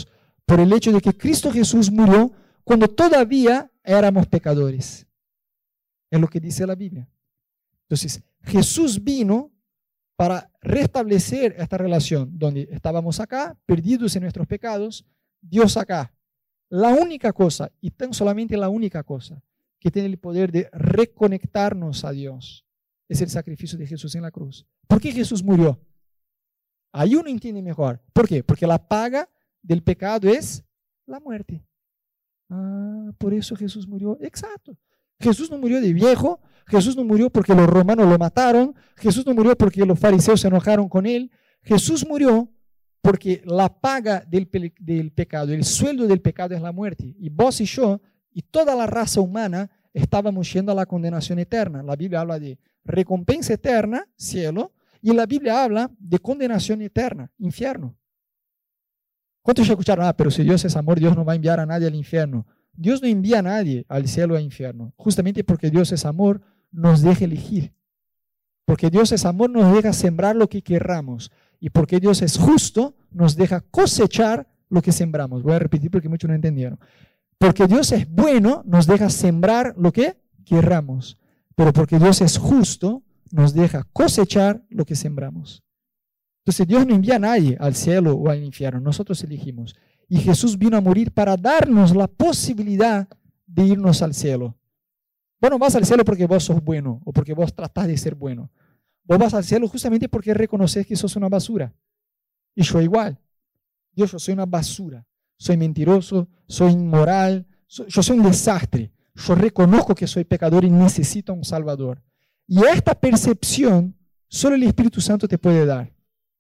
por el hecho de que Cristo Jesús murió cuando todavía éramos pecadores. Es lo que dice la Biblia. Entonces, Jesús vino para restablecer esta relación donde estábamos acá, perdidos en nuestros pecados, Dios acá. La única cosa, y tan solamente la única cosa, que tiene el poder de reconectarnos a Dios es el sacrificio de Jesús en la cruz. ¿Por qué Jesús murió? Ahí uno entiende mejor. ¿Por qué? Porque la paga del pecado es la muerte. Ah, por eso Jesús murió. Exacto. Jesús no murió de viejo. Jesús no murió porque los romanos lo mataron. Jesús no murió porque los fariseos se enojaron con él. Jesús murió porque la paga del, pe del pecado, el sueldo del pecado es la muerte. Y vos y yo y toda la raza humana estábamos yendo a la condenación eterna. La Biblia habla de recompensa eterna, cielo, y la Biblia habla de condenación eterna, infierno. ¿Cuántos ya escucharon? Ah, pero si Dios es amor, Dios no va a enviar a nadie al infierno. Dios no envía a nadie al cielo o al infierno. Justamente porque Dios es amor, nos deja elegir. Porque Dios es amor, nos deja sembrar lo que querramos. Y porque Dios es justo, nos deja cosechar lo que sembramos. Voy a repetir porque muchos no entendieron. Porque Dios es bueno, nos deja sembrar lo que querramos. Pero porque Dios es justo, nos deja cosechar lo que sembramos. Entonces Dios no envía a nadie al cielo o al infierno, nosotros elegimos. Y Jesús vino a morir para darnos la posibilidad de irnos al cielo. Vos no vas al cielo porque vos sos bueno o porque vos tratás de ser bueno. Vos vas al cielo justamente porque reconoces que sos una basura. Y yo igual. Dios, yo soy una basura. Soy mentiroso, soy inmoral, soy, yo soy un desastre. Yo reconozco que soy pecador y necesito un Salvador. Y esta percepción solo el Espíritu Santo te puede dar.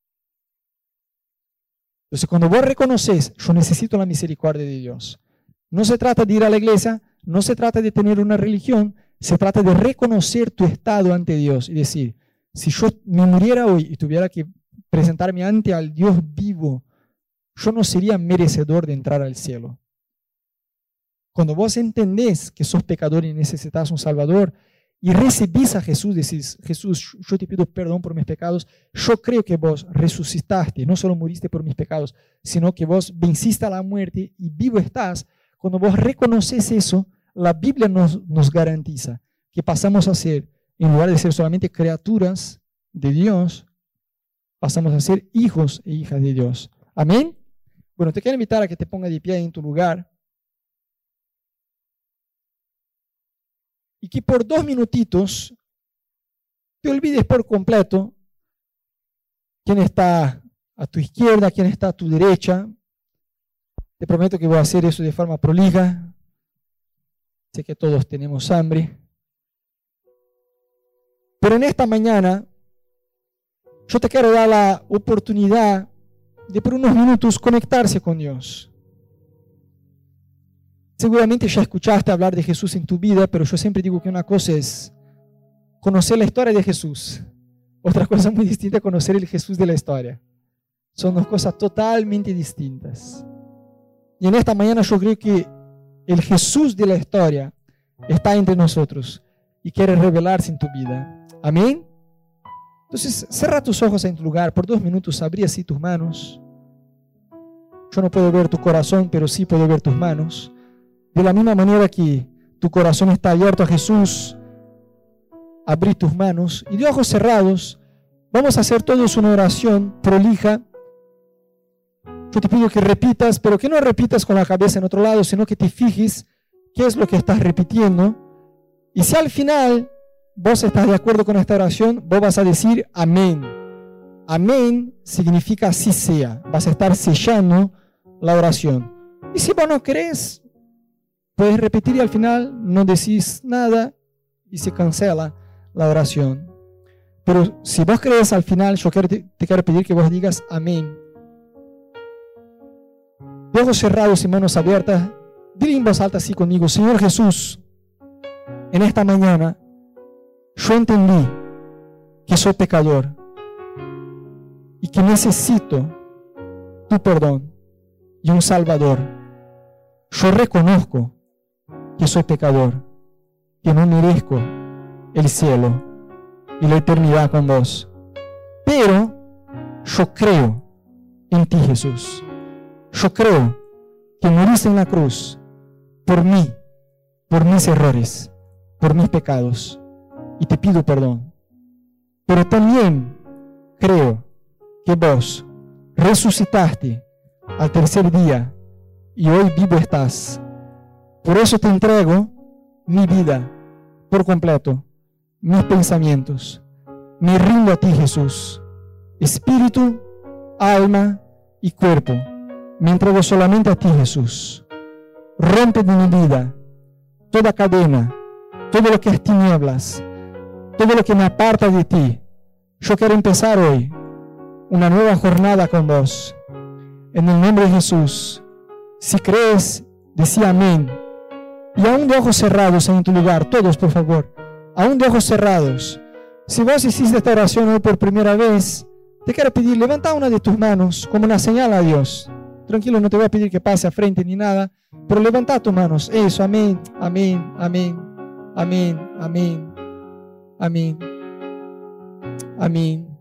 Entonces, cuando vos reconoces, yo necesito la misericordia de Dios. No se trata de ir a la iglesia, no se trata de tener una religión, se trata de reconocer tu estado ante Dios y decir, si yo me muriera hoy y tuviera que presentarme ante al Dios vivo, yo no sería merecedor de entrar al cielo. Cuando vos entendés que sos pecador y necesitas un Salvador y recibís a Jesús, decís, Jesús, yo te pido perdón por mis pecados, yo creo que vos resucitaste, no solo muriste por mis pecados, sino que vos venciste a la muerte y vivo estás. Cuando vos reconoces eso, la Biblia nos, nos garantiza que pasamos a ser, en lugar de ser solamente criaturas de Dios, pasamos a ser hijos e hijas de Dios. Amén. Bueno, te quiero invitar a que te pongas de pie en tu lugar y que por dos minutitos te olvides por completo quién está a tu izquierda, quién está a tu derecha. Te prometo que voy a hacer eso de forma prolija. Sé que todos tenemos hambre. Pero en esta mañana yo te quiero dar la oportunidad de por unos minutos conectarse con Dios. Seguramente ya escuchaste hablar de Jesús en tu vida, pero yo siempre digo que una cosa es conocer la historia de Jesús. Otra cosa muy distinta es conocer el Jesús de la historia. Son dos cosas totalmente distintas. Y en esta mañana yo creo que el Jesús de la historia está entre nosotros y quiere revelarse en tu vida. Amén. Entonces, cierra tus ojos en tu lugar por dos minutos, abrí así tus manos. Yo no puedo ver tu corazón, pero sí puedo ver tus manos. De la misma manera que tu corazón está abierto a Jesús, abrí tus manos y de ojos cerrados, vamos a hacer todos una oración prolija. Yo te pido que repitas, pero que no repitas con la cabeza en otro lado, sino que te fijes qué es lo que estás repitiendo. Y si al final vos estás de acuerdo con esta oración, vos vas a decir amén. Amén significa así sea. Vas a estar sellando la oración. Y si vos no crees, puedes repetir y al final no decís nada y se cancela la oración. Pero si vos crees al final, yo quiero, te, te quiero pedir que vos digas amén. De ojos cerrados y manos abiertas, dile en voz alta así conmigo: Señor Jesús, en esta mañana yo entendí que soy pecador y que necesito tu perdón y un Salvador. Yo reconozco que soy pecador, que no merezco el cielo y la eternidad con vos. Pero yo creo en ti, Jesús. Yo creo que moriste en la cruz por mí, por mis errores, por mis pecados, y te pido perdón. Pero también creo que vos resucitaste al tercer día y hoy vivo estás. Por eso te entrego mi vida por completo, mis pensamientos. Me rindo a ti, Jesús. Espíritu, alma y cuerpo. Me entrego solamente a ti, Jesús. Rompe de mi vida toda cadena, todo lo que es tinieblas, todo lo que me aparta de ti. Yo quiero empezar hoy una nueva jornada con vos. En el nombre de Jesús. Si crees, decía amén. Y aún de ojos cerrados en tu lugar, todos por favor, aún de ojos cerrados. Si vos hiciste esta oración hoy por primera vez, te quiero pedir, levanta una de tus manos como una señal a Dios. Tranquilo, no te voy a pedir que pase a frente ni nada, pero levanta tus manos. Eso, amén, amén, amén, amén, amén, amén, amén.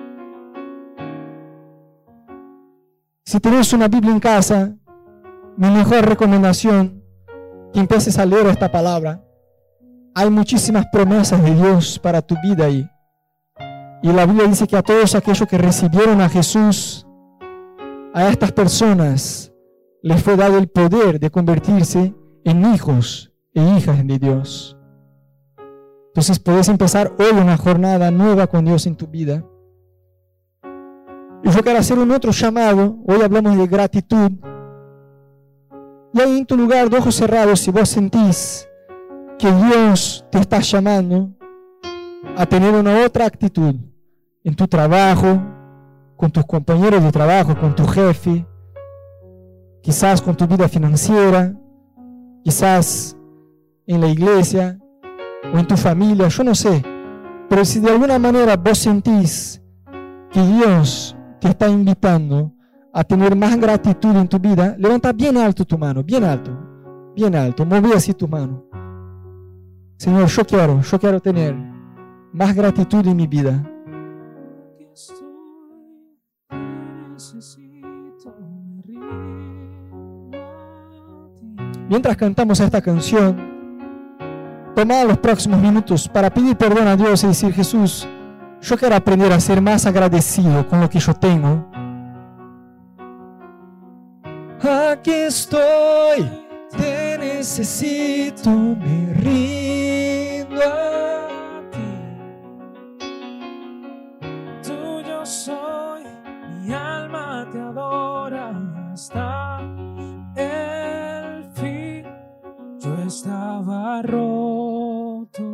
Si tienes una Biblia en casa, mi mejor recomendación, que empieces a leer esta palabra. Hay muchísimas promesas de Dios para tu vida ahí. Y la Biblia dice que a todos aquellos que recibieron a Jesús, a estas personas les fue dado el poder de convertirse en hijos e hijas de Dios. Entonces puedes empezar hoy una jornada nueva con Dios en tu vida. Y yo quiero hacer un otro llamado. Hoy hablamos de gratitud. Y ahí en tu lugar, de ojos cerrados, si vos sentís que Dios te está llamando a tener una otra actitud en tu trabajo, con tus compañeros de trabajo, con tu jefe, quizás con tu vida financiera, quizás en la iglesia o en tu familia, yo no sé. Pero si de alguna manera vos sentís que Dios te está invitando a tener más gratitud en tu vida, levanta bien alto tu mano, bien alto, bien alto, mueve así tu mano. Señor, yo quiero, yo quiero tener más gratitud en mi vida. Mientras cantamos esta canción, toma los próximos minutos para pedir perdón a Dios y decir: Jesús, yo quiero aprender a ser más agradecido con lo que yo tengo. Aquí estoy, te necesito, me rindo a ti. Tuyo soy, mi alma te adora hasta el fin. Yo estaba roto,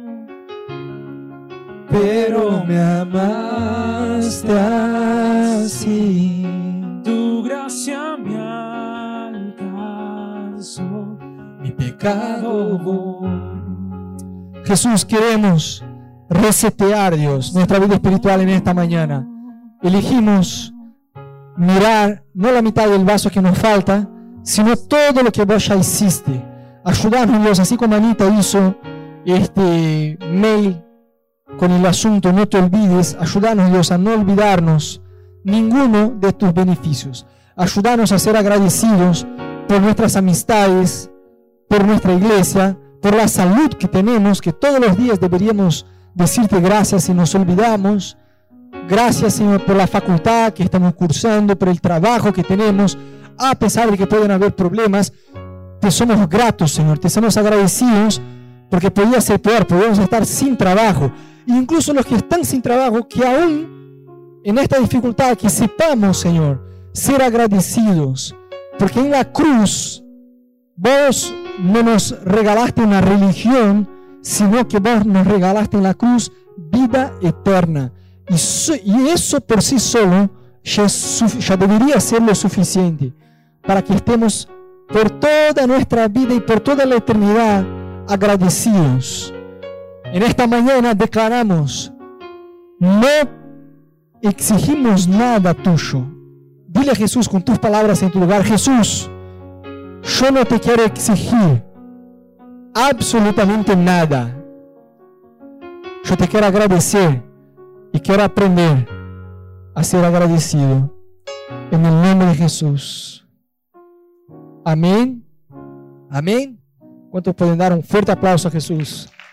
pero me amaste así. Tu gracia me alcanzó, Mi pecado borró. Jesús, queremos resetear, Dios, nuestra vida espiritual en esta mañana. Elegimos mirar no la mitad del vaso que nos falta, sino todo lo que vos ya hiciste. Ayudarnos, Dios, así como Anita hizo este mail con el asunto no te olvides. Ayudarnos, Dios, a no olvidarnos ninguno de tus beneficios. Ayudarnos a ser agradecidos por nuestras amistades, por nuestra iglesia, por la salud que tenemos, que todos los días deberíamos decirte gracias si nos olvidamos. Gracias, Señor, por la facultad que estamos cursando, por el trabajo que tenemos, a pesar de que pueden haber problemas. Te somos gratos, Señor, te somos agradecidos, porque podía ser peor, podíamos estar sin trabajo. E incluso los que están sin trabajo, que aún en esta dificultad, que sepamos, Señor, ser agradecidos, porque en la cruz vos no nos regalaste una religión, sino que vos nos regalaste en la cruz vida eterna. Y, so, y eso por sí solo ya, ya debería ser lo suficiente para que estemos por toda nuestra vida y por toda la eternidad agradecidos. En esta mañana declaramos: no exigimos nada tuyo. Dile a Jesús con tus palabras en tu lugar: Jesús, yo no te quiero exigir absolutamente nada. Yo te quiero agradecer y quiero aprender a ser agradecido. En el nombre de Jesús. Amén. Amén. ¿Cuántos pueden dar un fuerte aplauso a Jesús?